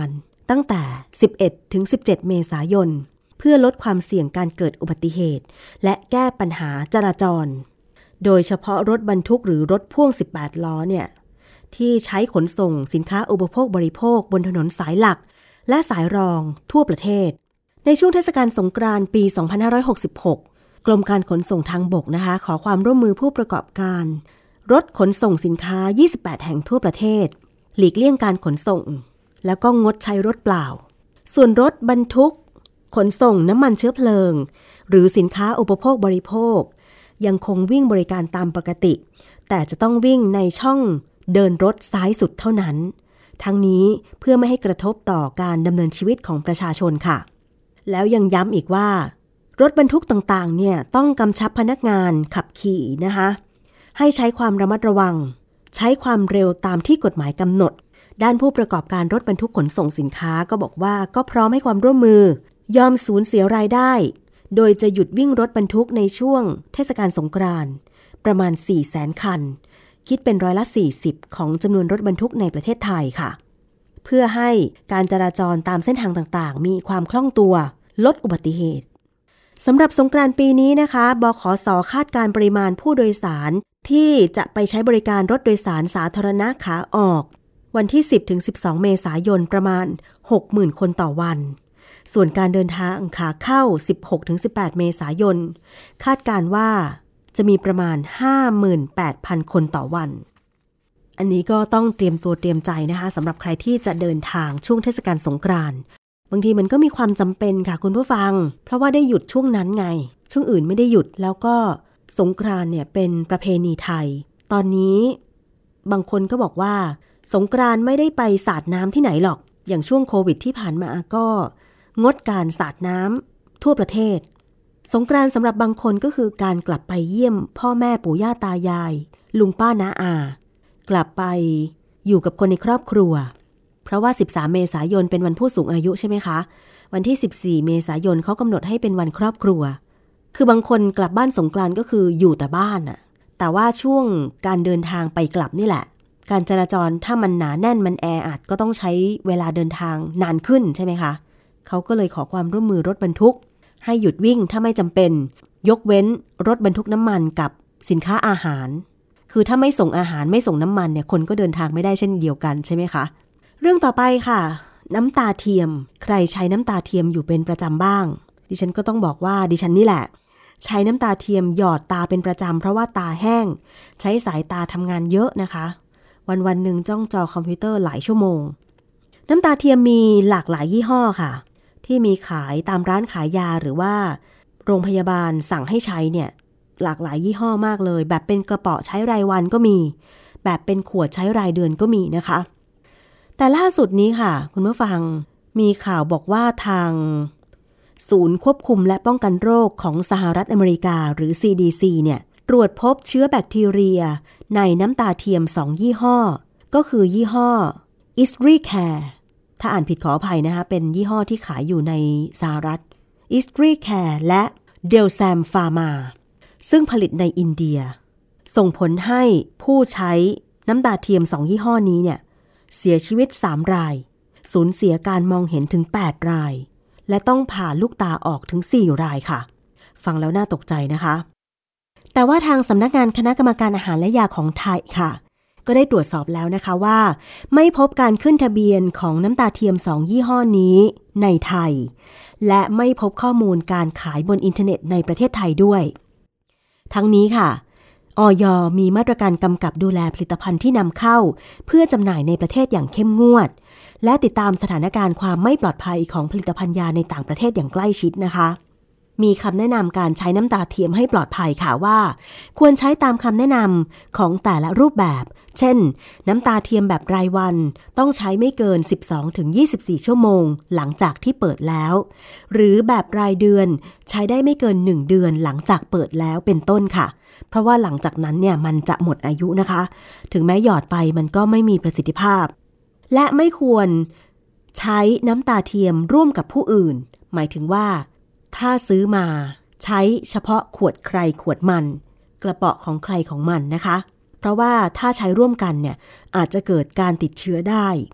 ตั้งแต่ สิบเอ็ดถึงสิบเจ็ด เมษายนเพื่อลดความเสี่ยงการเกิดอุบัติเหตุและแก้ปัญหาจราจรโดยเฉพาะรถบรรทุกหรือรถพ่วงสิบแปดล้อเนี่ยที่ใช้ขนส่งสินค้าอุปโภคบริโภคบนถนนสายหลักและสายรองทั่วประเทศในช่วงเทศกาลสงกรานต์ปี สองพันห้าร้อยหกสิบหก กรมการขนส่งทางบกนะคะขอความร่วมมือผู้ประกอบการรถขนส่งสินค้ายี่สิบแปดแห่งทั่วประเทศหลีกเลี่ยงการขนส่งแล้วก็งดใช้รถเปล่าส่วนรถบรรทุกขนส่งน้ำมันเชื้อเพลิงหรือสินค้าอุปโภคบริโภคยังคงวิ่งบริการตามปกติแต่จะต้องวิ่งในช่องเดินรถซ้ายสุดเท่านั้นทั้งนี้เพื่อไม่ให้กระทบต่อการดำเนินชีวิตของประชาชนค่ะแล้วยังย้ำอีกว่ารถบรรทุกต่างๆเนี่ยต้องกำชับพนักงานขับขี่นะคะให้ใช้ความระมัดระวังใช้ความเร็วตามที่กฎหมายกำหนดด้านผู้ประกอบการรถบรรทุกขนส่งสินค้าก็บอกว่าก็พร้อมให้ความร่วมมือยอมสูญเสียรายได้โดยจะหยุดวิ่งรถบรรทุกในช่วงเทศกาลสงกรานต์ประมาณ สี่แสน คันคิดเป็นร้อยละสี่สิบของจำนวนรถบรรทุกในประเทศไทยค่ะเพื่อให้การจราจรตามเส้นทางต่างๆมีความคล่องตัวลดอุบัติเหตุสำหรับสงกรานต์ปีนี้นะคะบขส.คาดการปริมาณผู้โดยสารที่จะไปใช้บริการรถโดยสารสาธารณะขาออกวันที่ สิบถึงสิบสอง เมษายนประมาณ หกหมื่น คนต่อวันส่วนการเดินทางขาเข้า สิบหกถึงสิบแปด เมษายนคาดการว่าจะมีประมาณ ห้าหมื่นแปดพัน คนต่อวันอันนี้ก็ต้องเตรียมตัวเตรียมใจนะคะสำหรับใครที่จะเดินทางช่วงเทศกาลสงกรานต์บางทีมันก็มีความจำเป็นค่ะคุณผู้ฟังเพราะว่าได้หยุดช่วงนั้นไงช่วงอื่นไม่ได้หยุดแล้วก็สงกรานต์เนี่ยเป็นประเพณีไทยตอนนี้บางคนก็บอกว่าสงกรานต์ไม่ได้ไปสาดน้ำที่ไหนหรอกอย่างช่วงโควิดที่ผ่านมาก็งดการสาดน้ำทั่วประเทศสงกรานต์สำหรับบางคนก็คือการกลับไปเยี่ยมพ่อแม่ปู่ย่าตายายลุงป้าน้าอากลับไปอยู่กับคนในครอบครัวเพราะว่าสิบสามเมษายนเป็นวันผู้สูงอายุใช่ไหมคะวันที่สิบสี่เมษายนเขากำหนดให้เป็นวันครอบครัวคือบางคนกลับบ้านสงกรานต์ก็คืออยู่แต่บ้านน่ะแต่ว่าช่วงการเดินทางไปกลับนี่แหละการจราจรถ้ามันหนาแน่นมันแออัดก็ต้องใช้เวลาเดินทางนานขึ้นใช่ไหมคะเขาก็เลยขอความร่วมมือรถบรรทุกให้หยุดวิ่งถ้าไม่จำเป็นยกเว้นรถบรรทุกน้ำมันกับสินค้าอาหารคือถ้าไม่ส่งอาหารไม่ส่งน้ำมันเนี่ยคนก็เดินทางไม่ได้เช่นเดียวกันใช่ไหมคะเรื่องต่อไปค่ะน้ำตาเทียมใครใช้น้ำตาเทียมอยู่เป็นประจำบ้างดิฉันก็ต้องบอกว่าดิฉันนี่แหละใช้น้ำตาเทียมหยอดตาเป็นประจำเพราะว่าตาแห้งใช้สายตาทำงานเยอะนะคะวันวันหนึ่งจ้องจอคอมพิวเตอร์หลายชั่วโมงน้ำตาเทียมมีหลากหลายยี่ห้อค่ะที่มีขายตามร้านขายยาหรือว่าโรงพยาบาลสั่งให้ใช้เนี่ยหลากหลายยี่ห้อมากเลยแบบเป็นกระป๋องใช้รายวันก็มีแบบเป็นขวดใช้รายเดือนก็มีนะคะแต่ล่าสุดนี้ค่ะคุณผู้ฟังมีข่าวบอกว่าทางศูนย์ควบคุมและป้องกันโรคของสหรัฐอเมริกาหรือ ซี ดี ซี เนี่ยตรวจพบเชื้อแบคทีเรียในน้ำตาเทียมสองยี่ห้อก็คือยี่ห้อ Estricare ถ้าอ่านผิดขออภัยนะคะเป็นยี่ห้อที่ขายอยู่ในสหรัฐ Estricare และ Delsam Pharma ซึ่งผลิตในอินเดียส่งผลให้ผู้ใช้น้ำตาเทียมสองยี่ห้อนี้เนี่ยเสียชีวิตสามรายสูญเสียการมองเห็นถึงแปดรายและต้องผ่าลูกตาออกถึงสี่รายค่ะฟังแล้วน่าตกใจนะคะแต่ว่าทางสำนักงานคณะกรรมการอาหารและยาของไทยค่ะก็ได้ตรวจสอบแล้วนะคะว่าไม่พบการขึ้นทะเบียนของน้ำตาเทียมสองยี่ห้อนี้ในไทยและไม่พบข้อมูลการขายบนอินเทอร์เน็ตในประเทศไทยด้วยทั้งนี้ค่ะอย.มีมาตรการกำกับดูแลผลิตภัณฑ์ที่นำเข้าเพื่อจำหน่ายในประเทศอย่างเข้มงวดและติดตามสถานการณ์ความไม่ปลอดภัยของผลิตภัณฑ์ยาในต่างประเทศอย่างใกล้ชิดนะคะมีคำแนะนำการใช้น้ำตาเทียมให้ปลอดภัยค่ะว่าควรใช้ตามคำแนะนำของแต่ละรูปแบบเช่นน้ำตาเทียมแบบรายวันต้องใช้ไม่เกิน สิบสองถึงยี่สิบสี่ ชั่วโมงหลังจากที่เปิดแล้วหรือแบบรายเดือนใช้ได้ไม่เกินหนึ่งเดือนหลังจากเปิดแล้วเป็นต้นค่ะเพราะว่าหลังจากนั้นเนี่ยมันจะหมดอายุนะคะถึงแม้หยอดไปมันก็ไม่มีประสิทธิภาพและไม่ควรใช้น้ำตาเทียมร่วมกับผู้อื่นหมายถึงว่าถ้าซื้อมาใช้เฉพาะขวดใครขวดมันกระเป๋าของใครของมันนะคะเพราะว่าถ้าใช้ร่วมกันเนี่ยอาจจะเกิดการติดเชื้อได้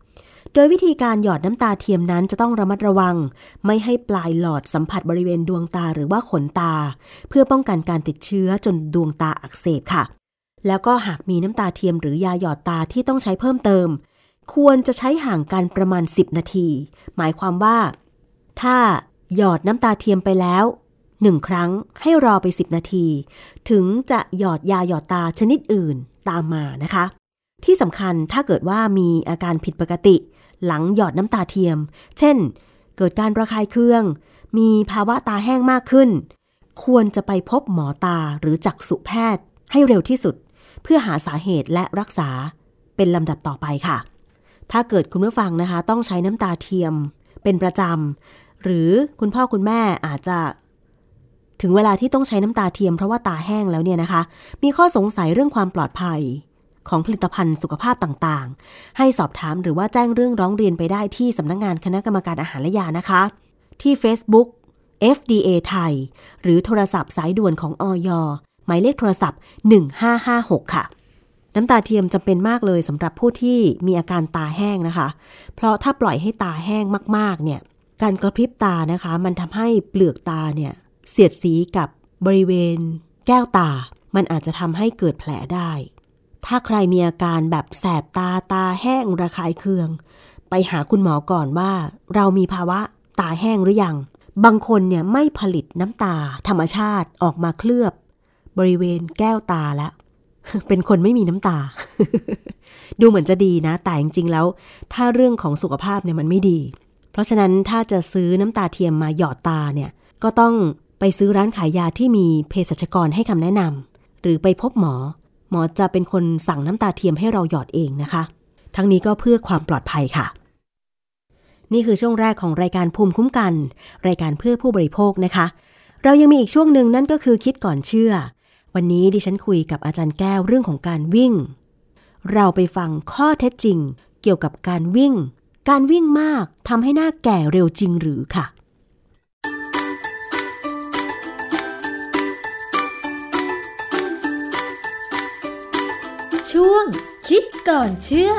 โดยวิธีการหยอดน้ำตาเทียมนั้นจะต้องระมัดระวังไม่ให้ปลายหลอดสัมผัสบริเวณดวงตาหรือว่าขนตาเพื่อป้องกันการติดเชื้อจนดวงตาอักเสบค่ะแล้วก็หากมีน้ำตาเทียมหรือยาหยอดตาที่ต้องใช้เพิ่มเติมควรจะใช้ห่างกันประมาณสิบนาทีหมายความว่าถ้าหยอดน้ำตาเทียมไปแล้วหนึ่งครั้งให้รอไปสิบนาทีถึงจะหยอดยาหยอดตาชนิดอื่นตามมานะคะที่สำคัญถ้าเกิดว่ามีอาการผิดปกติหลังหยอดน้ำตาเทียมเช่นเกิดการระคายเคืองมีภาวะตาแห้งมากขึ้นควรจะไปพบหมอตาหรือจักษุแพทย์ให้เร็วที่สุดเพื่อหาสาเหตุและรักษาเป็นลำดับต่อไปค่ะถ้าเกิดคุณผู้ฟังนะคะต้องใช้น้ำตาเทียมเป็นประจำหรือคุณพ่อคุณแม่อาจจะถึงเวลาที่ต้องใช้น้ำตาเทียมเพราะว่าตาแห้งแล้วเนี่ยนะคะมีข้อสงสัยเรื่องความปลอดภัยของผลิตภัณฑ์สุขภาพต่างๆให้สอบถามหรือว่าแจ้งเรื่องร้องเรียนไปได้ที่สำนักงานคณะกรรมการอาหารและยานะคะที่ Facebook เอฟ ดี เอ ไทยหรือโทรศัพท์สายด่วนของอย.หมายเลขโทรศัพท์หนึ่งห้าห้าหกค่ะน้ำตาเทียมจำเป็นมากเลยสำหรับผู้ที่มีอาการตาแห้งนะคะเพราะถ้าปล่อยให้ตาแห้งมากๆเนี่ยการกระพริบตานะคะมันทำให้เปลือกตาเนี่ยเสียดสีกับบริเวณแก้วตามันอาจจะทำให้เกิดแผลได้ถ้าใครมีอาการแบบแสบตาตาแห้งระคายเคืองไปหาคุณหมอก่อนว่าเรามีภาวะตาแห้งหรือยังบางคนเนี่ยไม่ผลิตน้ำตาธรรมชาติออกมาเคลือบบริเวณแก้วตาแล้ว เป็นคนไม่มีน้ำตา ดูเหมือนจะดีนะแต่จริงๆแล้วถ้าเรื่องของสุขภาพเนี่ยมันไม่ดีเพราะฉะนั้นถ้าจะซื้อน้ำตาเทียมมาหยอดตาเนี่ยก็ต้องไปซื้อร้านขายยาที่มีเภสัชกรให้คำแนะนำหรือไปพบหมอหมอจะเป็นคนสั่งน้ำตาเทียมให้เราหยอดเองนะคะทั้งนี้ก็เพื่อความปลอดภัยค่ะนี่คือช่วงแรกของรายการภูมิคุ้มกันรายการเพื่อผู้บริโภคนะคะเรายังมีอีกช่วงหนึ่งนั่นก็คือคิดก่อนเชื่อวันนี้ดิฉันคุยกับอาจารย์แก้วเรื่องของการวิ่งเราไปฟังข้อเท็จจริงเกี่ยวกับการวิ่งการวิ่งมากทำให้หน้าแก่เร็วจริงหรือค่ะ
ช่วงคิดก่อนเชื่อ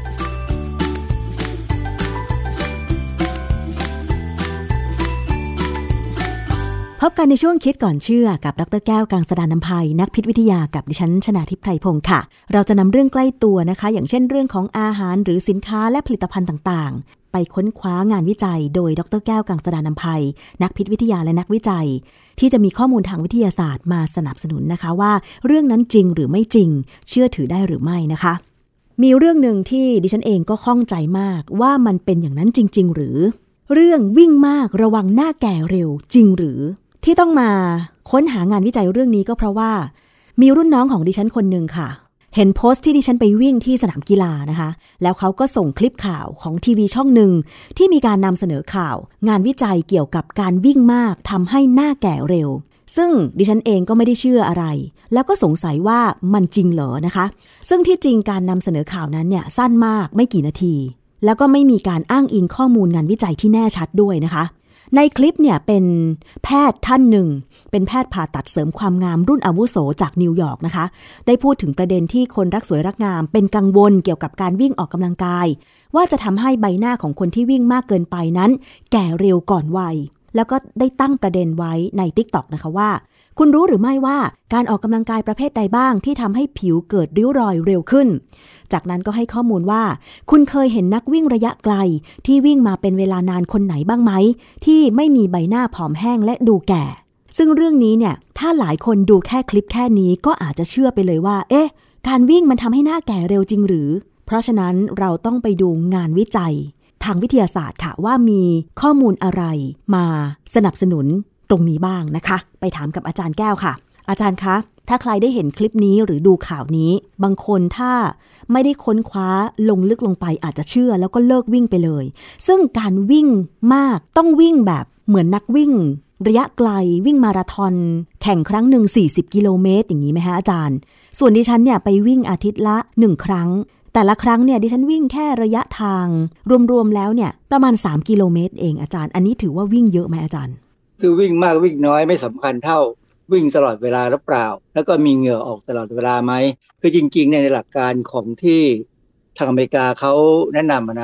พบกันในช่วงคิดก่อนเชื่อกับดร.แก้วกังสดาลอำไพนักพิษวิทยากับดิฉันชนาทิพย์ไพรพงศ์ค่ะเราจะนำเรื่องใกล้ตัวนะคะอย่างเช่นเรื่องของอาหารหรือสินค้าและผลิตภัณฑ์ต่างๆไปค้นคว้างานวิจัยโดยดร.แก้วกังสดาลอำไพนักพิษวิทยาและนักวิจัยที่จะมีข้อมูลทางวิทยาศาสตร์มาสนับสนุนนะคะว่าเรื่องนั้นจริงหรือไม่จริงเชื่อถือได้หรือไม่นะคะมีเรื่องหนึ่งที่ดิฉันเองก็ข้องใจมากว่ามันเป็นอย่างนั้นจริงๆหรือเรื่องวิ่งมากระวังหน้าแก่เร็วจริงหรือที่ต้องมาค้นหางานวิจัยเรื่องนี้ก็เพราะว่ามีรุ่นน้องของดิฉันคนหนึ่งค่ะเห็นโพสต์ที่ดิฉันไปวิ่งที่สนามกีฬานะคะแล้วเขาก็ส่งคลิปข่าวของทีวีช่องหนึ่งที่มีการนำเสนอข่าวงานวิจัยเกี่ยวกับการวิ่งมากทำให้หน้าแก่เร็วซึ่งดิฉันเองก็ไม่ได้เชื่ออะไรแล้วก็สงสัยว่ามันจริงเหรอนะคะซึ่งที่จริงการนำเสนอข่าวนั้นเนี่ยสั้นมากไม่กี่นาทีแล้วก็ไม่มีการอ้างอิงข้อมูลงานวิจัยที่แน่ชัดด้วยนะคะในคลิปเนี่ยเป็นแพทย์ท่านหนึ่งเป็นแพทย์ผ่าตัดเสริมความงามรุ่นอาวุโสจากนิวยอร์กนะคะได้พูดถึงประเด็นที่คนรักสวยรักงามเป็นกังวลเกี่ยวกับการวิ่งออกกำลังกายว่าจะทำให้ใบหน้าของคนที่วิ่งมากเกินไปนั้นแก่เร็วก่อนวัยแล้วก็ได้ตั้งประเด็นไว้ใน TikTok นะคะว่าคุณรู้หรือไม่ว่าการออกกำลังกายประเภทใดบ้างที่ทำให้ผิวเกิดริ้วรอยเร็วขึ้นจากนั้นก็ให้ข้อมูลว่าคุณเคยเห็นนักวิ่งระยะไกลที่วิ่งมาเป็นเวลานานคนไหนบ้างไหมที่ไม่มีใบหน้าผอมแห้งและดูแก่ซึ่งเรื่องนี้เนี่ยถ้าหลายคนดูแค่คลิปแค่นี้ก็อาจจะเชื่อไปเลยว่าเอ๊ะการวิ่งมันทำให้หน้าแก่เร็วจริงหรือเพราะฉะนั้นเราต้องไปดูงานวิจัยทางวิทยาศาสตร์ค่ะว่ามีข้อมูลอะไรมาสนับสนุนตรงนี้บ้างนะคะไปถามกับอาจารย์แก้วค่ะอาจารย์คะถ้าใครได้เห็นคลิปนี้หรือดูข่าวนี้บางคนถ้าไม่ได้ค้นคว้าลงลึกลงไปอาจจะเชื่อแล้วก็เลิกวิ่งไปเลยซึ่งการวิ่งมากต้องวิ่งแบบเหมือนนักวิ่งระยะไกลวิ่งมาราธอนแข่งครั้งหนึ่งสี่สิบกิโลเมตรอย่างนี้ไหมคะอาจารย์ส่วนดิฉันเนี่ยไปวิ่งอาทิตย์ละหนึ่งครั้งแต่ละครั้งเนี่ยดิฉันวิ่งแค่ระยะทางรวมๆแล้วเนี่ยประมาณสามกิโลเมตรเองอาจารย์อันนี้ถือว่าวิ่งเยอะไหมอาจารย์
คือวิ่งมากวิ่งน้อยไม่สำคัญเท่าวิ่งตลอดเวลาหรือเปล่าแล้วก็มีเหงื่อออกตลอดเวลาไหมคือจริงๆในหลักการของที่ทางอเมริกาเขาแนะนำนะ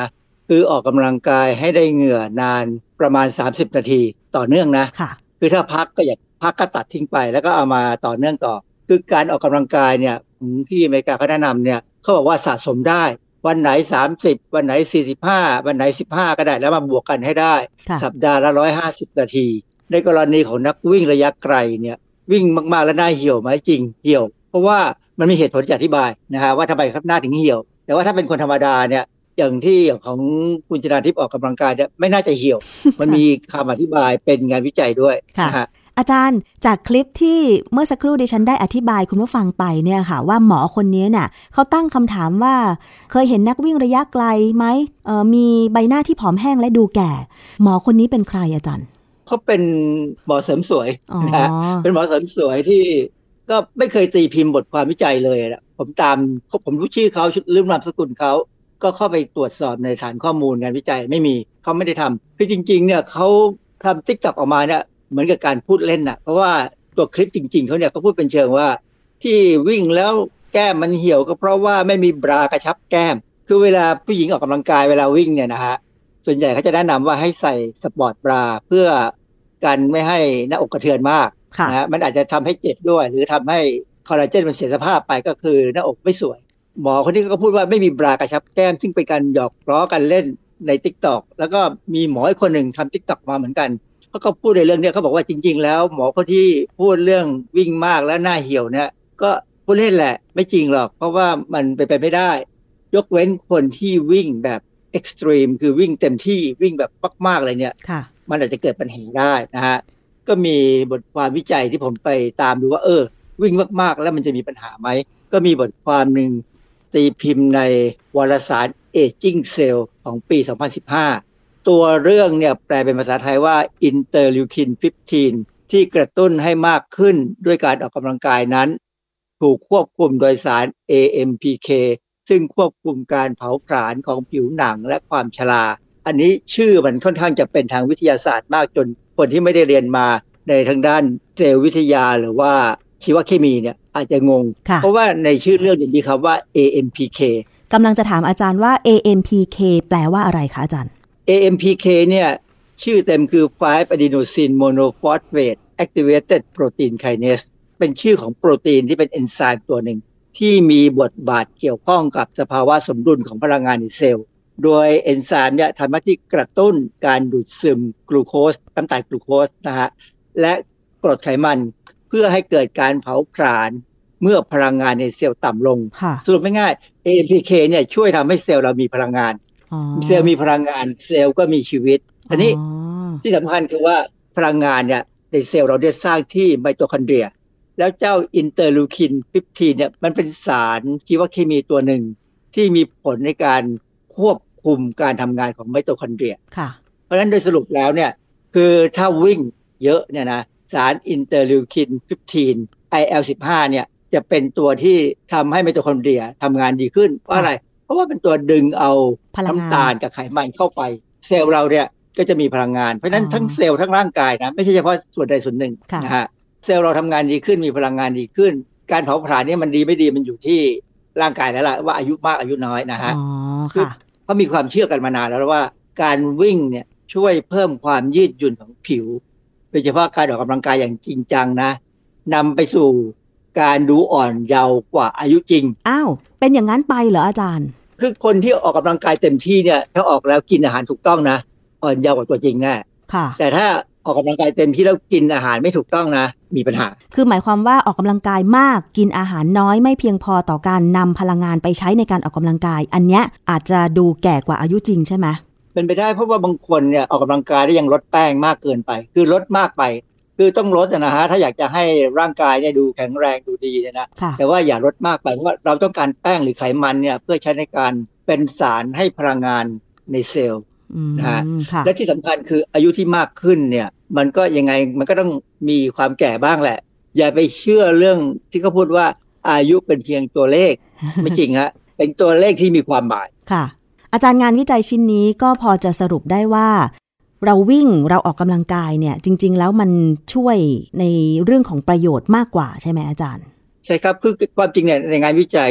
คือออกกำลังกายให้ได้เหงื่อนานประมาณสามสิบนาทีต่อเนื่องนะ
ค่ะ
คือถ้าพักก็อย่าพักก็ตัดทิ้งไปแล้วก็เอามาต่อเนื่องต่อคือการออกกำลังกายเนี่ยที่อเมริกาเขาแนะนำเนี่ยเขาบอกว่าสะสมได้วันไหนสามสิบวันไหนสี่สิบห้าวันไหนสิบห้าก็ได้แล้วมาบวกกันให้ได้สัปดาห์ละหนึ่งร้อยห้าสิบนาทีในกรณีของนักวิ่งระยะไกลเนี่ยวิ่งมากๆแล้วหน้าเหี่ยวไหมจริงเหี่ยวเพราะว่ามันมีเหตุผลจะอธิบายนะฮะว่าทำไมครับหน้าถึงเหี่ยวแต่ว่าถ้าเป็นคนธรรมดาเนี่ยอย่างที่ของคุณชนาทิพย์ออกกำลังกายเนี่ยไม่น่าจะเหี่ยว มันมีคำอธิบายเป็นงานวิจัยด้วยนะฮะ
อาจารย์จากคลิปที่เมื่อสักครู่ดิฉันได้อธิบายคุณผู้ฟังไปเนี่ยค่ะว่าหมอคนนี้เนี่ยเขาตั้งคำถามว่าเคยเห็นนักวิ่งระยะไกลไหมเอ่อมีใบหน้าที่ผอมแห้งและดูแก่หมอคนนี้เป็นใครอาจารย์
เขาเป็นหมอเสริมสวยนะฮะเป็นหมอเสริมสวยที่ก็ไม่เคยตีพิมพ์บทความวิจัยเลยนะผมตามผมรู้ชื่อเขาลืมนามสกุลเขาก็เข้าไปตรวจสอบในฐานข้อมูลงานวิจัยไม่มีเขาไม่ได้ทำคือจริงๆเนี่ยเขาทำ TikTok ออกมาเนี่ยเหมือนกับการพูดเล่นน่ะเพราะว่าตัวคลิปจริงๆเขาเนี่ยเขาพูดเป็นเชิงว่าที่วิ่งแล้วแก้มมันเหี่ยวก็เพราะว่าไม่มีบรากระชับแก้มคือเวลาผู้หญิงออกกำลังกายเวลาวิ่งเนี่ยนะฮะส่วนใหญ่เขาจะแนะนำว่าให้ใส่สปอร์ตบราเพื่อกันไม่ให้หน้าอกกระเทือนมากนะฮะมันอาจจะทำให้เจ็บด้วยหรือทำให้คอลลาเจนมันเสียสภาพไปก็คือหน้าอกไม่สวยหมอคนนี้ก็พูดว่าไม่มีบรากระชับแก้มซึ่งเป็นการหยอกล้อกันเล่นใน TikTok แล้วก็มีหมออีกคนหนึ่งทำ TikTok มาเหมือนกันเขาก็พูดในเรื่องนี้เขาบอกว่าจริงๆแล้วหมอคนที่พูดเรื่องวิ่งมากและหน้าเหี่ยวเนี่ยก็พูดเล่นแหละไม่จริงหรอกเพราะว่ามันเป็นไปไม่ได้ยกเว้นคนที่วิ่งแบบเอ็กซ์ตรีมคือวิ่งเต็มที่วิ่งแบบมากๆเลยเนี่ยมันอาจจะเกิดปัญหาได้นะฮะก็มีบทความวิจัยที่ผมไปตามดูว่าเออวิ่งมากๆแล้วมันจะมีปัญหาไหมก็มีบทความหนึ่งตีพิมพ์ในวารสาร Aging Cell ของปีสองพันสิบห้าตัวเรื่องเนี่ยแปลเป็นภาษาไทยว่าอินเตอร์ลิวคินสิบห้าที่กระตุ้นให้มากขึ้นด้วยการออกกำลังกายนั้นถูกควบคุมโดยสาร เอ เอ็ม พี เค ซึ่งควบคุมการเผาผลาญของผิวหนังและความชราอันนี้ชื่อมันค่อนข้างจะเป็นทางวิทยาศาสตร์มากจนคนที่ไม่ได้เรียนมาในทางด้านเซลล์วิทยาหรือว่าชีวเคมีเนี่ยอาจจะงงเพราะว่าในชื่อเรื่องมีคำว่า เอ เอ็ม พี เค
กำลังจะถามอาจารย์ว่า เอ เอ็ม พี เค แปลว่าอะไรคะอาจารย์
เอ เอ็ม พี เค เนี่ยชื่อเต็มคือ ไฟว์ Adenosine Monophosphate Activated Protein Kinase เป็นชื่อของโปรตีนที่เป็นเอนไซม์ตัวหนึ่งที่มีบทบาทเกี่ยวข้องกับสภาวะสมดุลของพลังงานในเซลล์โดยเอนไซม์เนี่ยทำหน้าที่กระตุ้นการดูดซึมกลูโคสน้ำตาลกลูโคสนะฮะและกรดไขมันเพื่อให้เกิดการเผาผลาญเมื่อพลังงานในเซลล์ต่ำลงสรุปง่ายๆ เอ เอ็ม พี เค เนี่ยช่วยทำให้เซลล์เรามีพลังงานเซลล์มีพลังงานเซลล์ก็มีชีวิตทีนี้ที่สำคัญคือว่าพลังงานเนี่ยในเซลล์เราได้สร้างที่ไมโตคอนเดรียแล้วเจ้าอินเตอร์ลิวคินสิบห้าเนี่ยมันเป็นสารชีวเคมีตัวหนึ่งที่มีผลในการควบคุมการทำงานของไมโตคอนเดรียเพราะฉะนั้นโดยสรุปแล้วเนี่ยคือถ้าวิ่งเยอะเนี่ยนะสารอินเตอร์ลิวคินสิบห้า ไอ แอล สิบห้าเนี่ยจะเป็นตัวที่ทำให้ไมโตคอนเดรียทำงานดีขึ้นเพราะอะไรเพราะว่าเป็นตัวดึงเอาน้ำตาลกับไขมันเข้าไปเซลล์เราเนี่ยก็จะมีพลังงานเพราะฉะนั้นทั้งเซลล์ทั้งร่างกายนะไม่ใช่เฉพาะส่วนใดส่วนหนึ่งนะฮะเซลล์เราทำงานดีขึ้นมีพลังงานดีขึ้นการเผาผลาญเนี่ยมันดีไม่ดีมันอยู่ที่ร่างกายแล้วล่ะว่าอายุมากอายุน้อยนะฮะคือเขามีความเชื่อกันมานานแล้วว่าการวิ่งเนี่ยช่วยเพิ่มความยืดหยุ่นของผิวโดยเฉพาะการออกกำลังกายอย่างจริงจังนะนำไปสู่การดูอ่อนเยาว์กว่าอายุจริง
อ้าวเป็นอย่างนั้นไปเหรออาจารย์
คือคนที่ออกกำลังกายเต็มที่เนี่ยถ้าออกแล้วกินอาหารถูกต้องนะอ่อนเยาว์กว่าตัวจริงแน่
ค่ะ
แต่ถ้าออกกำลังกายเต็มที่แล้วกินอาหารไม่ถูกต้องนะมีปัญหา
คือหมายความว่าออกกำลังกายมากกินอาหารน้อยไม่เพียงพอต่อการนำพลังงานไปใช้ในการออกกำลังกายอันเนี้ยอาจจะดูแก่กว่าอายุจริงใช่ไหม
เป็นไปได้เพราะว่าบางคนเนี่ยออกกำลังกายได้ยังลดแป้งมากเกินไปคือลดมากไปคือต้องลดนะฮะถ้าอยากจะให้ร่างกายเนี่ยดูแข็งแรงดูดีเนี่ยนะแต่ว่าอย่าลดมากไปเพราะว่าเราต้องการแป้งหรือไขมันเนี่ยเพื่อใช้ในการเป็นสารให้พลังงานในเซลล์นะฮะและที่สำคัญคืออายุที่มากขึ้นเนี่ยมันก็ยังไงมันก็ต้องมีความแก่บ้างแหละอย่าไปเชื่อเรื่องที่เขาพูดว่าอายุเป็นเพียงตัวเลข ไม่จริงฮะเป็นตัวเลขที่มีความหมาย
ค่ะอาจารย์งานวิจัยชิ้นนี้ก็พอจะสรุปได้ว่าเราวิ่งเราออกกำลังกายเนี่ยจริงๆแล้วมันช่วยในเรื่องของประโยชน์มากกว่าใช่ไหมอาจารย์
ใช่ครับคือความจริงเนี่ยในงานวิจัยเนี่ย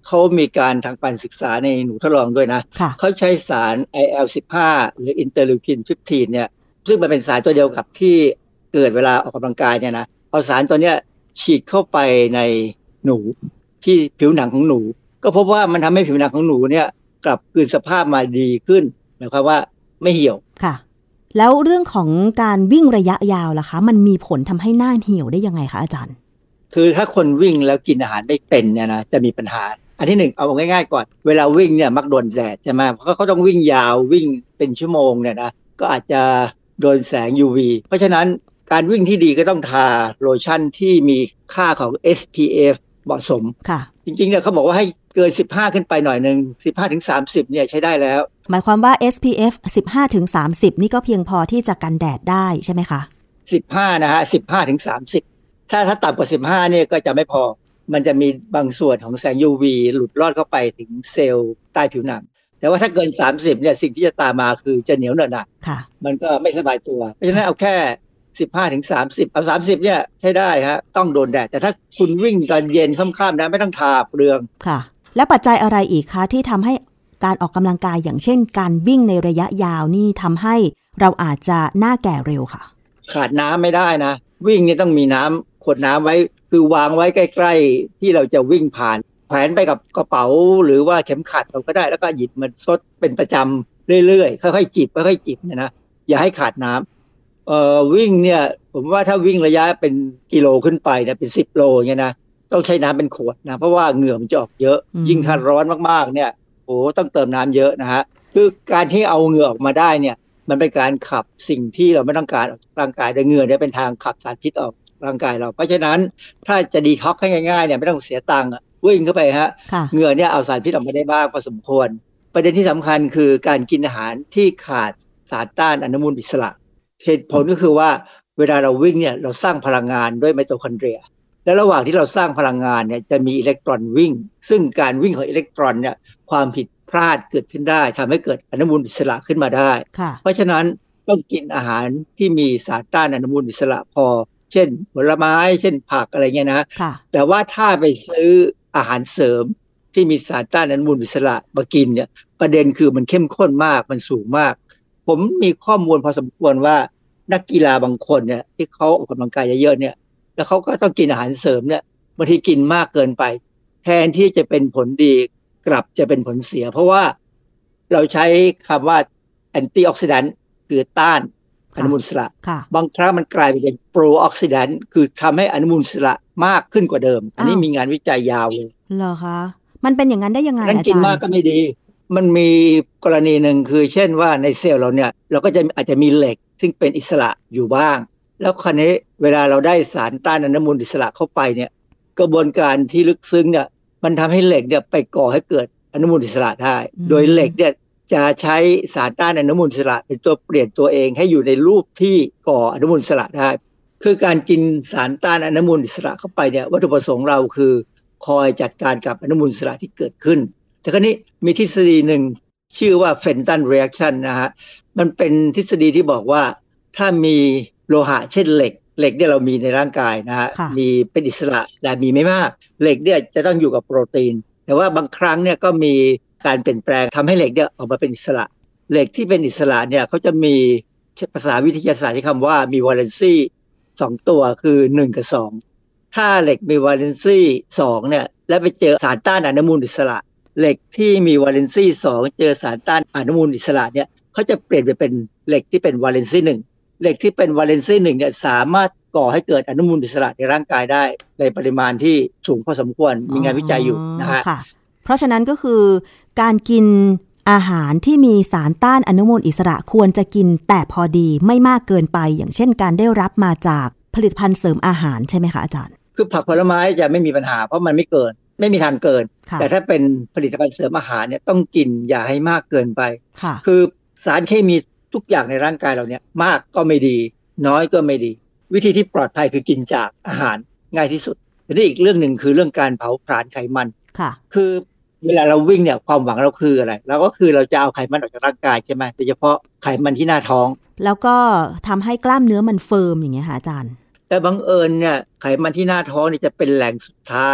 เขามีการทางการศึกษาในหนูทดลองด้วยนะเขาใช้สาร ไอ แอล สิบห้า หรืออินเตอร์ลิวคินสิบห้าเนี่ยซึ่งมันเป็นสารตัวเดียวกับที่เกิดเวลาออกกำลังกายเนี่ยนะเอาสารตัวเนี้ยฉีดเข้าไปในหนูที่ผิวหนังของหนูก็พบว่ามันทำให้ผิวหนังของหนูเนี่ยกลับคืนสภาพมาดีขึ้นหมายความว่าไม่เหี่ยว
ค่ะแล้วเรื่องของการวิ่งระยะยาวล่ะคะมันมีผลทำให้หน้าเหี่ยวได้ยังไงคะอาจารย์
คือถ้าคนวิ่งแล้วกินอาหารไม่เป็นเนี่ยนะจะมีปัญหาอันที่หนึ่งเอาง่ายๆก่อนเวลาวิ่งเนี่ยมักโดนแดดใช่ไหมเพราะเขาต้องวิ่งยาววิ่งเป็นชั่วโมงเนี่ยนะก็อาจจะโดนแสง ยู วี เพราะฉะนั้นการวิ่งที่ดีก็ต้องทาโลชั่นที่มีค่าของ เอส พี เอฟ เหมาะสม
ค่ะ
จริงๆเนี่ยเขาบอกว่าให้เกินสิบห้าขึ้นไปหน่อยนึง สิบห้าถึงสามสิบ เนี่ยใช้ได้แล้ว
หมายความว่า เอส พี เอฟ สิบห้าถึงสามสิบ นี่ก็เพียงพอที่จะกันแดดได้ใช่ไหมคะ
สิบห้านะฮะสิบห้าถึงสามสิบถ้าถ้าต่ำกว่าสิบห้าเนี่ยก็จะไม่พอมันจะมีบางส่วนของแสง ยู วี หลุดรอดเข้าไปถึงเซลล์ใต้ผิวหนังแต่ว่าถ้าเกินสามสิบเนี่ยสิ่งที่จะตามมาคือจะเหนียวเหนอะหนะ
ค่ะ
มันก็ไม่สบายตัวเพราะฉะนั้นเอาแค่สิบห้าถึงสามสิบเอาสามสิบเนี่ยใช้ได้ฮะต้องโดนแดดแต่ถ้าคุณวิ่งตอนเย็นค่ำๆนะไม่ต้องทาเปลือง
ค่ะแล้วปัจจัยอะไรอีกคะที่ทำให้การออกกำลังกายอย่างเช่นการวิ่งในระยะยาวนี่ทำให้เราอาจจะหน้าแก่เร็วค่ะ
ขาดน้ำไม่ได้นะวิ่งนี่ต้องมีน้ำขวดน้ำไว้คือวางไว้ใกล้ๆที่เราจะวิ่งผ่านแขวนไปกับกระเป๋าหรือว่าเข็มขัดเราก็ได้แล้วก็หยิบมันซดเป็นประจำเรื่อยๆค่อยๆจิบค่อยๆจิบเนี่ยนะอย่าให้ขาดน้ำเอ่อวิ่งเนี่ยผมว่าถ้าวิ่งระยะเป็นกิโลขึ้นไปเนี่ยเป็นสิบโลเนี่ยนะต้องใช้น้ำเป็นขวดนะเพราะว่าเหงื่อมันจะออกเยอะยิ่งถ้าร้อนมากๆเนี่ยโอ้ต้องเติมน้ำเยอะนะฮะคือการที่เอาเหงื่อออกมาได้เนี่ยมันเป็นการขับสิ่งที่เราไม่ต้องการออกจากร่างกายโดยเหงื่อเนี่ยเป็นทางขับสารพิษออกร่างกายเราเพราะฉะนั้นถ้าจะดีท็อกซ์ให้ง่ายๆเนี่ยไม่ต้องเสียตังค์วิ่งเข้าไปฮะเหงื่อเนี่ยเอาสารพิษออกมาได้บ้างพอสมควรประเด็นที่สำคัญคือการกินอาหารที่ขาดสารต้านอนุมูลอิสระเหตุผลก็คือว่าเวลาเราวิ่งเนี่ยเราสร้างพลังงานด้วยไมโตคอนเดรียและระหว่างที่เราสร้างพลังงานเนี่ยจะมีอิเล็กตรอนวิ่งซึ่งการวิ่งของอิเล็กตรอนเนี่ยความผิดพลาดเกิดขึ้นได้ทำให้เกิดอนุมูลอิสระขึ้นมาได้เพราะฉะนั้นต้องกินอาหารที่มีสารต้านอนุมูลอิสระพอเช่นผลไม้เช่นผักอะไรเงี้ยนะแต่ว่าถ้าไปซื้ออาหารเสริมที่มีสารต้านอนุมูลอิสระมากินเนี่ยประเด็นคือมันเข้มข้นมากมันสูงมากผมมีข้อมูลพอสมควรว่านักกีฬาบางคนเนี่ยที่เขาออกกำลังกายเยอะๆเนี่ยแล้วเขาก็ต้องกินอาหารเสริมเนี่ยบางทีกินมากเกินไปแทนที่จะเป็นผลดีกลับจะเป็นผลเสียเพราะว่าเราใช้คำว่าแอนตี้ออกซิแดนต์คือต้านอนุมูลอิสระบางครั้งมันกลายเป็นโปรออกซิแดนต์คือทำให้อนุมูลอิสระมากขึ้นกว่าเดิมอันนี้มีงานวิจัยยาวเลย
เหรอคะมันเป็นอย่างนั้นได้ยังไงอาจารย์
กินมากก็ไม่ดีมันมีกรณีหนึ่งคือเช่นว่าในเซลล์เราเนี่ยเราก็จะอาจจะมีเหล็กซึ่งเป็นอิสระอยู่บ้างแล้วคราวนี้เวลาเราได้สารต้านอนุมูลอิสระเข้าไปเนี่ยกระบวนการที่ลึกซึ้งเนี่ยมันทำให้เหล็กเนี่ยไปก่อให้เกิดอนุมูลอิสระได้โดยเหล็กเนี่ยจะใช้สารต้านอนุมูลอิสระเป็นตัวเปลี่ยนตัวเองให้อยู่ในรูปที่ก่ออนุมูลอิสระได้คือการกินสารต้านอนุมูลอิสระเข้าไปเนี่ยวัตถุประสงค์เราคือคอยจัดการกับอนุมูลอิสระที่เกิดขึ้นแต่คราวนี้มีทฤษฎีหนึ่งชื่อว่า Fenton reaction นะฮะมันเป็นทฤษฎีที่บอกว่าถ้ามีโลหะเช่นเหล็กเหล็กเนี่ยเรามีในร่างกายนะฮะมีเป็นอิสระแต่มีไม่มากเหล็กเนี่ยจะต้องอยู่กับโปรตีนแต่ว่าบางครั้งเนี่ยก็มีการเปลี่ยนแปลงทำให้เหล็กเนี่ยออกมาเป็นอิสระเหล็กที่เป็นอิสระเนี่ยเขาจะมีภาษาวิทยาศาสตร์ที่คำว่ามีวาเลนซี่สองตัวคือหนึ่งกับสองถ้าเหล็กมีวาเลนซี่สองเนี่ยแล้วไปเจอสารต้านอนุมูลอิสระเหล็กที่มีวาเลนซี่สองเจอสารต้านอนุมูลอิสระเนี่ยเขาจะเปลี่ยนไปเป็นเหล็กที่เป็นวาเลนซี่หนึ่งเหล็กที่เป็นวาเลนซี่หนึ่งเนี่ยสามารถก่อให้เกิดอนุมูลอิสระในร่างกายได้ในปริมาณที่สูงพอสมควรมีงานวิจัยอยู่นะฮะ
เพราะฉะนั้นก็คือการกินอาหารที่มีสารต้านอนุมูลอิสระควรจะกินแต่พอดีไม่มากเกินไปอย่างเช่นการได้รับมาจากผลิตภัณฑ์เสริมอาหารใช่ไหมคะอาจารย์
คือผักผลไม้จะไม่มีปัญหาเพราะมันไม่เกินไม่มีทางเกินแต่ถ้าเป็นผลิตภัณฑ์เสริมอาหารเนี่ยต้องกินอย่าให้มากเกินไปคือสารเคมีทุกอย่างในร่างกายเราเนี่ยมากก็ไม่ดีน้อยก็ไม่ดีวิธีที่ปลอดภัยคือกินจากอาหารง่ายที่สุดแต่อีกเรื่องหนึ่งคือเรื่องการเผาผลาญไขมันคือเวลาเราวิ่งเนี่ยความหวังเราคืออะไรเราก็คือเราจะเอาไขมันออกจากร่างกายใช่ไหมโดยเฉพาะไขมันที่หน้าท้อง
แล้วก็ทำให้กล้ามเนื้อมันเฟิร์มอย่างเงี้ยค่ะอาจารย์
แต่บังเอิญเนี่ยไขมันที่หน้าท้องนี่จะเป็นแหล่งสุดท้ายจ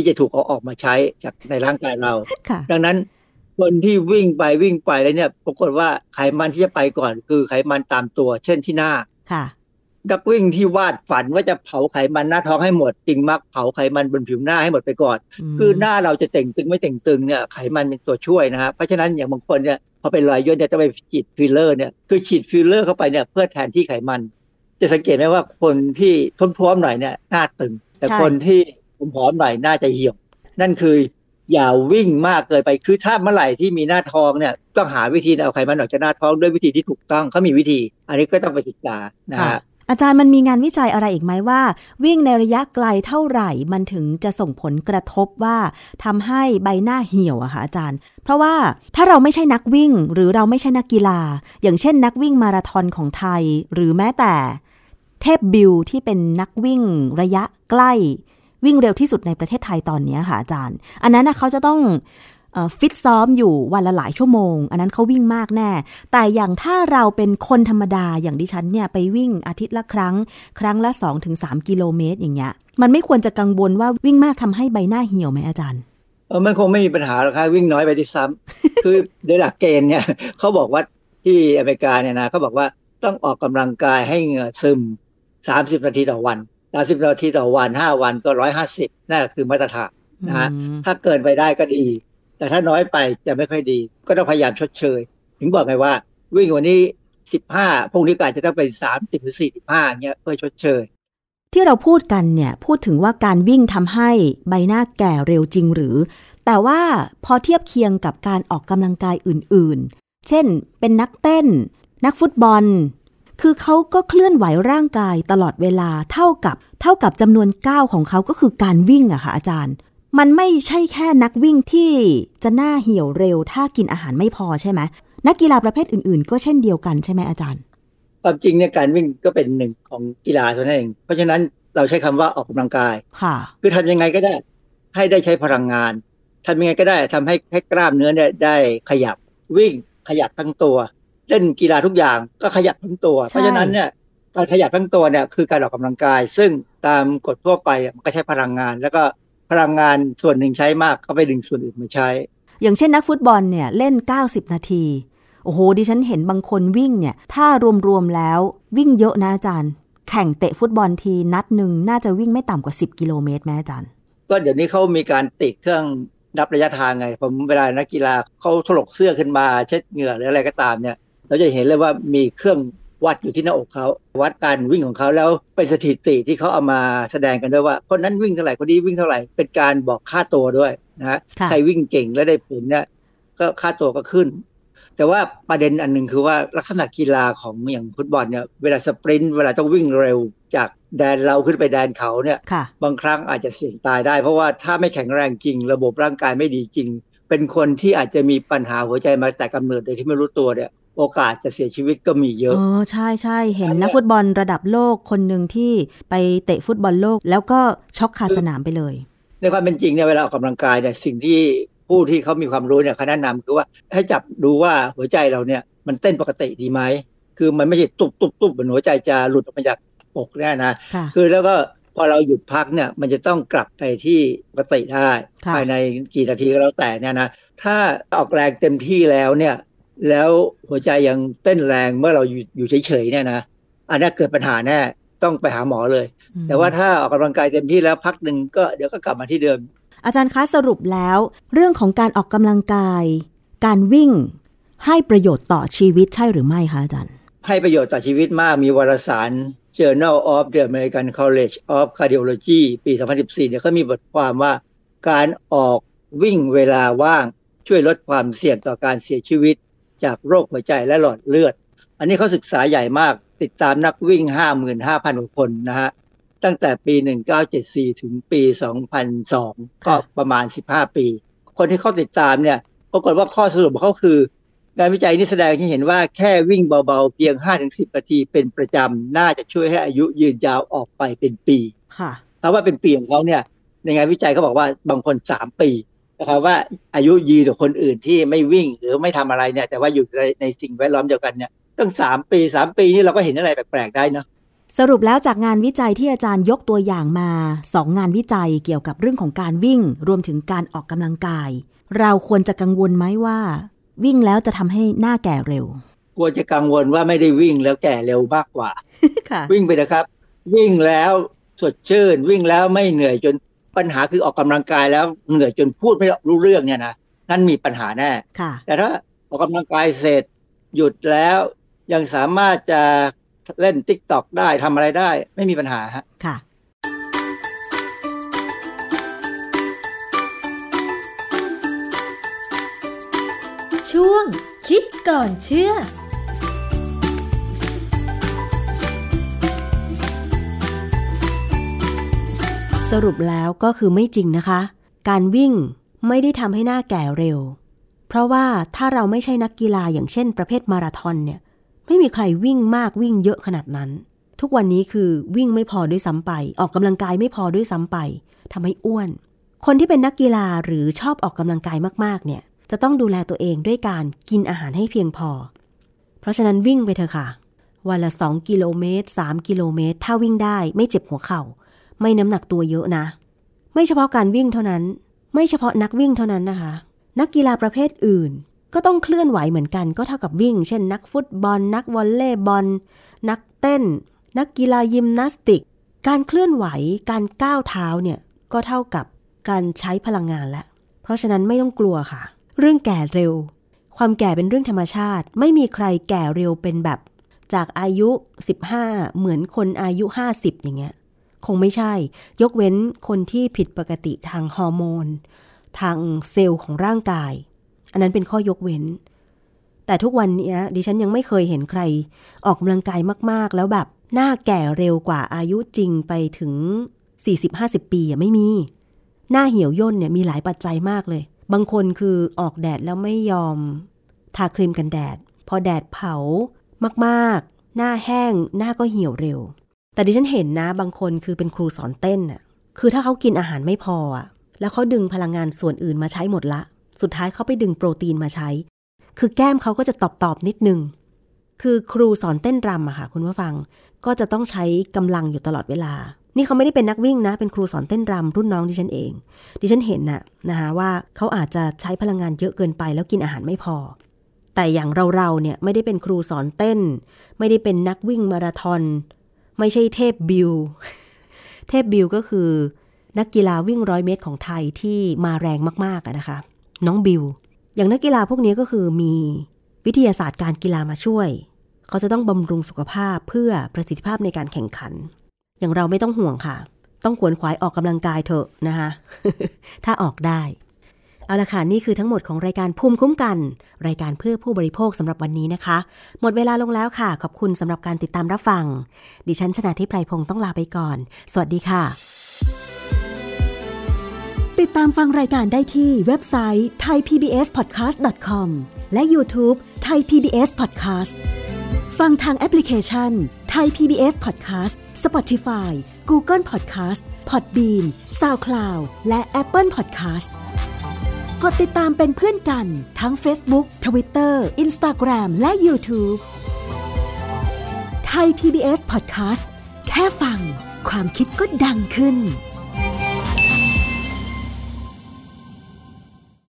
ที่จะถูกเอาออกมาใช้จากในร่างกายเรา
ดั
งนั้นคนที่วิ่งไปวิ่งไปแล้วเนี่ยปรากฏว่าไขมันที่จะไปก่อนคือไขมันตามตัวเช่นที่หน้า
ค่ะ
นักวิ่งที่วาดฝันว่าจะเผาไขมันหน้าท้องให้หมดจริงมักเผาไขมันบนผิวหน้าให้หมดไปก่อนคือหน้าเราจะเต่งตึงไม่เต่งตึงเนี่ยไขมันเป็นตัวช่วยนะฮะเพราะฉะนั้นอย่างบางคนเนี่ยพอเป็นรอยย่นเนี่ยจะไปฉีดฟิลเลอร์เนี่ยคือฉีดฟิลเลอร์เข้าไปเนี่ยเพื่อแทนที่ไขมันจะสังเกตไหมว่าคนที่ท้วมๆหน่อยเนี่ยหน้าตึงแต่คนที่ผอมๆหน่อยหน้าจะเหี่ยวนั่นคืออย่าวิ่งมากเกินไปคือถ้าเมื่อไหร่ที่มีหน้าท้องเนี่ยต้องหาวิธีเอาไขมันออกจากหน้าท้องด้วยวิธีที่ถูกต้องเขามีวิธีอันนี้ก็ต้องไปศึกษานะฮะ
อาจารย์มันมีงานวิจัยอะไรอีกไหมว่าวิ่งในระยะไกลเท่าไหร่มันถึงจะส่งผลกระทบว่าทำให้ใบหน้าเหี่ยวอะค่ะอาจารย์เพราะว่าถ้าเราไม่ใช่นักวิ่งหรือเราไม่ใช่นักกีฬาอย่างเช่นนักวิ่งมาราธอนของไทยหรือแม้แต่เทพบิวที่เป็นนักวิ่งระยะใกล้วิ่งเร็วที่สุดในประเทศไทยตอนนี้ค่ะอาจารย์อันนั้นนะเขาจะต้องเอ่อฟิตซ้อมอยู่วันละหลายชั่วโมงอันนั้นเขาวิ่งมากแน่แต่อย่างถ้าเราเป็นคนธรรมดาอย่างดิฉันเนี่ยไปวิ่งอาทิตย์ละครั้งครั้งละ สองถึงสาม กิโลเมตรอย่างเงี้ยมันไม่ควรจะกังวลว่าวิ่งมากทำให้ใบหน้าเหี่ยวไหมอาจารย์
เออมันคงไม่มีปัญหาหรอกครับวิ่งน้อยไปด้วยซ้ำ คือโดยหลักเกณฑ์เนี่ยเขาบอกว่าที่อเมริกาเนี่ยนะเขาบอกว่าต้องออกกำลังกายให้เหงื่อซึมสามสิบนาทีต่อวันสามสิบนาทีต่อวันห้าวันก็หนึ่งร้อยห้าสิบนั่นคือมาตรฐานนะฮะถ้าเกินไปได้ก็ดีแต่ถ้าน้อยไปจะไม่ค่อยดีก็ต้องพยายามชดเชยถึงบอกไงว่าวิ่งวันนี้สิบห้าพรุ่งนี้ก็อาจจะต้องเป็นสามสิบหรือสี่สิบห้าเงี้ยเพื่อชดเชย
ที่เราพูดกันเนี่ยพูดถึงว่าการวิ่งทำให้ใบหน้าแก่เร็วจริงหรือแต่ว่าพอเทียบเคียงกับการออกกำลังกายอื่นๆเช่นเป็นนักเต้นนักฟุตบอลคือเขาก็เคลื่อนไหวร่างกายตลอดเวลาเท่ากับเท่ากับจำนวนก้าวของเขาก็คือการวิ่งอะค่ะอาจารย์มันไม่ใช่แค่นักวิ่งที่จะหน้าเหี่ยวเร็วถ้ากินอาหารไม่พอใช่ไหมนักกีฬาประเภทอื่นๆก็เช่นเดียวกันใช่ไหมอาจารย์
ความจริงเนี่ยการวิ่งก็เป็นหนึ่งของกีฬาเท่านั้นเองเพราะฉะนั้นเราใช้คำว่าออกกำลังกาย
ค่ะ
คือทำยังไงก็ได้ให้ได้ใช้พลังงานทำยังไงก็ได้ทำให้ให้กล้ามเนื้อเนี่ยได้ขยับวิ่งขยับทั้งตัวเล่นกีฬาทุกอย่างก็ขยับทั้งตัวเพราะฉะนั้นเนี่ยการขยับทั้งตัวเนี่ยคือการออกกำลังกายซึ่งตามกฎทั่วไปมันก็ใช้พลังงานแล้วก็พลังงานส่วนหนึ่งใช้มากก็ไปดึงส่วนอื่นมาใช้
อย่างเช่นนักฟุตบอลเนี่ยเล่นเก้าสิบนาทีโอ้โหดิฉันเห็นบางคนวิ่งเนี่ยถ้ารวมๆแล้ววิ่งเยอะนะอาจารย์แข่งเตะฟุตบอลทีนัดหนึ่งน่าจะวิ่งไม่ต่ำกว่าสิบกิโลเมตรแม่อาจารย์
ก็เดี๋ยวนี้เขามีการติดเครื่องนับระยะทางไงผมเวลานักกีฬาเขาถลกเสื้อขึ้นมาเช็ดเหงื่อหรืออะไรก็ตามเนี่ยเราจะเห็นเลยว่ามีเครื่องวัดอยู่ที่หน้าอกเขาวัดการวิ่งของเขาแล้วเป็นสถิติที่เขาเอามาแสดงกันด้วยว่าคนนั้นวิ่งเท่าไหร่คนนี้วิ่งเท่าไหร่เป็นการบอกค่าตัวด้วยนะฮะใครวิ่งเก่งและได้ผลเนี่ยก็ค่าตัวก็ขึ้นแต่ว่าประเด็นอันหนึ่งคือว่าลักษณะกีฬาของอย่างฟุตบอลเนี่ยเวลาสปรินต์เวลาต้องวิ่งเร็วจากแดนเราขึ้นไปแดนเขาเนี่ยบางครั้งอาจจะเสี่ยงตายได้เพราะว่าถ้าไม่แข็งแรงจริงระบบร่างกายไม่ดีจริงเป็นคนที่อาจจะมีปัญหาหัวใจมาแต่กำเนิดโดยที่ไม่รู้ตัวเนี่ยโอกาสจะเสียชีวิตก็มีเยอะ
อ๋อใช่ใช่เห็นนักฟุตบอลระดับโลกคนหนึ่งที่ไปเตะฟุตบอลโลกแล้วก็ช็อกคาสนามไปเลย
ในความเป็นจริงเนี่ยเวลาออกกำลังกายเนี่ยสิ่งที่ผู้ที่เขามีความรู้เนี่ยเขาแนะนำคือว่าให้จับดูว่าหัวใจเราเนี่ยมันเต้นปกติดีไหมคือมันไม่ใช่ตุบตุบตุบเหมือนหัวใจจะหลุดออกมาจากอกแน่นะคือแล้วก็พอเราหยุดพักเนี่ยมันจะต้องกลับไปที่ปกติได้ภายในกี่นาทีก็แล้วแต่เนี่ยนะถ้าออกแรงเต็มที่แล้วเนี่ยแล้วหัวใจยังเต้นแรงเมื่อเราอยู่อยู่เฉยๆเนี่ยนะอันนี้เกิดปัญหาแน่ต้องไปหาหมอเลยแต่ว่าถ้าออกกำลังกายเต็มที่แล้วพักหนึ่งก็เดี๋ยวก็กลับมาที่เดิม
อาจารย์คะสรุปแล้วเรื่องของการออกกำลังกายการวิ่งให้ประโยชน์ต่อชีวิตใช่หรือไม่คะอาจารย์
ให้ประโยชน์ต่อชีวิตมากมีวารสาร Journal of the American College of Cardiology ปีสองพันสิบสี่เนี่ยเขามีบทความว่าการออกวิ่งเวลาว่างช่วยลดความเสี่ยงต่อการเสียชีวิตจากโรคหัวใจและหลอดเลือดอันนี้เขาศึกษาใหญ่มากติดตามนักวิ่ง ห้าหมื่นห้าพัน คนนะฮะตั้งแต่ปีหนึ่งพันเก้าร้อยเจ็ดสิบสี่ถึงปีสองพันสองก็ประมาณสิบห้าปีคนที่เขาติดตามเนี่ยปรากฏว่าข้อสรุปของเขาคืองานวิจัยนี้แสดงให้เห็นว่าแค่วิ่งเบาๆเพียง ห้าถึงสิบ นาทีเป็นประจำน่าจะช่วยให้อายุยืนยาวออกไปเป็นปี
ค่ะ
ถ้าว่าเป็นปีของเขาเนี่ยในงานวิจัยเขาบอกว่าบางคนสามปีนะครับว่าอายุยืนกว่าคนอื่นที่ไม่วิ่งหรือไม่ทำอะไรเนี่ยแต่ว่าอยู่ในในสิ่งแวดล้อมเดียวกันเนี่ยตั้งสามปีสามปีนี่เราก็เห็นอะไรแปลกๆได้เนาะ
สรุปแล้วจากงานวิจัยที่อาจารย์ยกตัวอย่างมาสองงานวิจัยเกี่ยวกับเรื่องของการวิ่งรวมถึงการออกกำลังกายเราควรจะกังวลไหมว่าวิ่งแล้วจะทำให้หน้าแก่เร็ว
ควรจะกังวลว่าไม่ได้วิ่งแล้วแก่เร็วมากกว่า วิ่งไปนะครับวิ่งแล้วสดชื่นวิ่งแล้วไม่เหนื่อยจนปัญหาคือออกกำลังกายแล้วเหนื่อยจนพูดไม่รู้เรื่องเนี่ยนะนั่นมีปัญหาแน่แต่ถ้าออกกำลังกายเสร็จหยุดแล้วยังสามารถจะเล่น TikTok ได้ทำอะไรได้ไม่มีปัญหาฮะ
ค่ะ
ช่วงคิดก่อนเชื่อ
สรุปแล้วก็คือไม่จริงนะคะการวิ่งไม่ได้ทำให้หน้าแก่เร็วเพราะว่าถ้าเราไม่ใช่นักกีฬาอย่างเช่นประเภทมาราธอนเนี่ยไม่มีใครวิ่งมากวิ่งเยอะขนาดนั้นทุกวันนี้คือวิ่งไม่พอด้วยซ้ำไปออกกำลังกายไม่พอด้วยซ้ำไปทำให้อ้วนคนที่เป็นนักกีฬาหรือชอบออกกำลังกายมากๆเนี่ยจะต้องดูแลตัวเองด้วยการกินอาหารให้เพียงพอเพราะฉะนั้นวิ่งไปเถอะค่ะวันละสองกิโลเมตรสามกิโลเมตรถ้าวิ่งได้ไม่เจ็บหัวเข่าไม่น้ำหนักตัวเยอะนะไม่เฉพาะการวิ่งเท่านั้นไม่เฉพาะนักวิ่งเท่านั้นนะคะนักกีฬาประเภทอื่นก็ต้องเคลื่อนไหวเหมือนกันก็เท่ากับวิ่งเช่นนักฟุตบอลนักวอลเลย์บอลนักเต้นนักกีฬายิมนาสติกการเคลื่อนไหวการก้าวเท้าเนี่ยก็เท่ากับการใช้พลังงานแล้วเพราะฉะนั้นไม่ต้องกลัวค่ะเรื่องแก่เร็วความแก่เป็นเรื่องธรรมชาติไม่มีใครแก่เร็วเป็นแบบจากอายุสิบห้าเหมือนคนอายุห้าสิบอย่างเงี้ยคงไม่ใช่ยกเว้นคนที่ผิดปกติทางฮอร์โมนทางเซลล์ของร่างกายอันนั้นเป็นข้อยกเว้นแต่ทุกวันนี้ดิฉันยังไม่เคยเห็นใครออกกำลังกายมากๆแล้วแบบหน้าแก่เร็วกว่าอายุจริงไปถึง สี่สิบห้าสิบ ปีอ่ะไม่มีหน้าเหี่ยวย่นเนี่ยมีหลายปัจจัยมากเลยบางคนคือออกแดดแล้วไม่ยอมทาครีมกันแดดพอแดดเผามากๆหน้าแห้งหน้าก็เหี่ยวเร็วแต่ดิฉันเห็นนะบางคนคือเป็นครูสอนเต้นน่ะคือถ้าเขากินอาหารไม่พออ่ะแล้วเขาดึงพลังงานส่วนอื่นมาใช้หมดละสุดท้ายเขาไปดึงโปรตีนมาใช้คือแก้มเขาก็จะตอบๆนิดนึงคือครูสอนเต้นรำอะค่ะคุณผู้ฟังก็จะต้องใช้กำลังอยู่ตลอดเวลานี่เขาไม่ได้เป็นนักวิ่งนะเป็นครูสอนเต้นรำรุ่นน้องดิฉันเองดิฉันเห็นน่ะนะคะว่าเขาอาจจะใช้พลังงานเยอะเกินไปแล้วกินอาหารไม่พอแต่อย่างเราๆเนี่ยไม่ได้เป็นครูสอนเต้นไม่ได้เป็นนักวิ่งมาราธอนไม่ใช่เทพบิลเทพบิลก็คือนักกีฬาวิ่งร้อยเมตรของไทยที่มาแรงมากๆนะคะน้องบิลอย่างนักกีฬาพวกนี้ก็คือมีวิทยาศาสตร์การกีฬามาช่วยเขาจะต้องบำรุงสุขภาพเพื่อประสิทธิภาพในการแข่งขันอย่างเราไม่ต้องห่วงค่ะต้องขวนขวายออกกำลังกายเถอะนะคะ ถ้าออกได้เอาละค่ะนี่คือทั้งหมดของรายการภูมิคุ้มกันรายการเพื่อผู้บริโภคสำหรับวันนี้นะคะหมดเวลาลงแล้วค่ะขอบคุณสำหรับการติดตามรับฟังดิฉันชนาธิปไพรพงศ์ต้องลาไปก่อนสวัสดีค่ะ
ติดตามฟังรายการได้ที่เว็บไซต์ ไทยพีบีเอสพอดแคสต์ ดอท คอม และ YouTube Thai พี บี เอส Podcast ฟังทางแอปพลิเคชัน Thai พี บี เอส Podcast Spotify Google Podcast Podbean SoundCloud และ Apple Podcast กดติดตามเป็นเพื่อนกันทั้ง Facebook Twitter Instagram และ YouTube Thai พี บี เอส Podcast แค่ฟังความคิดก็ดังขึ้น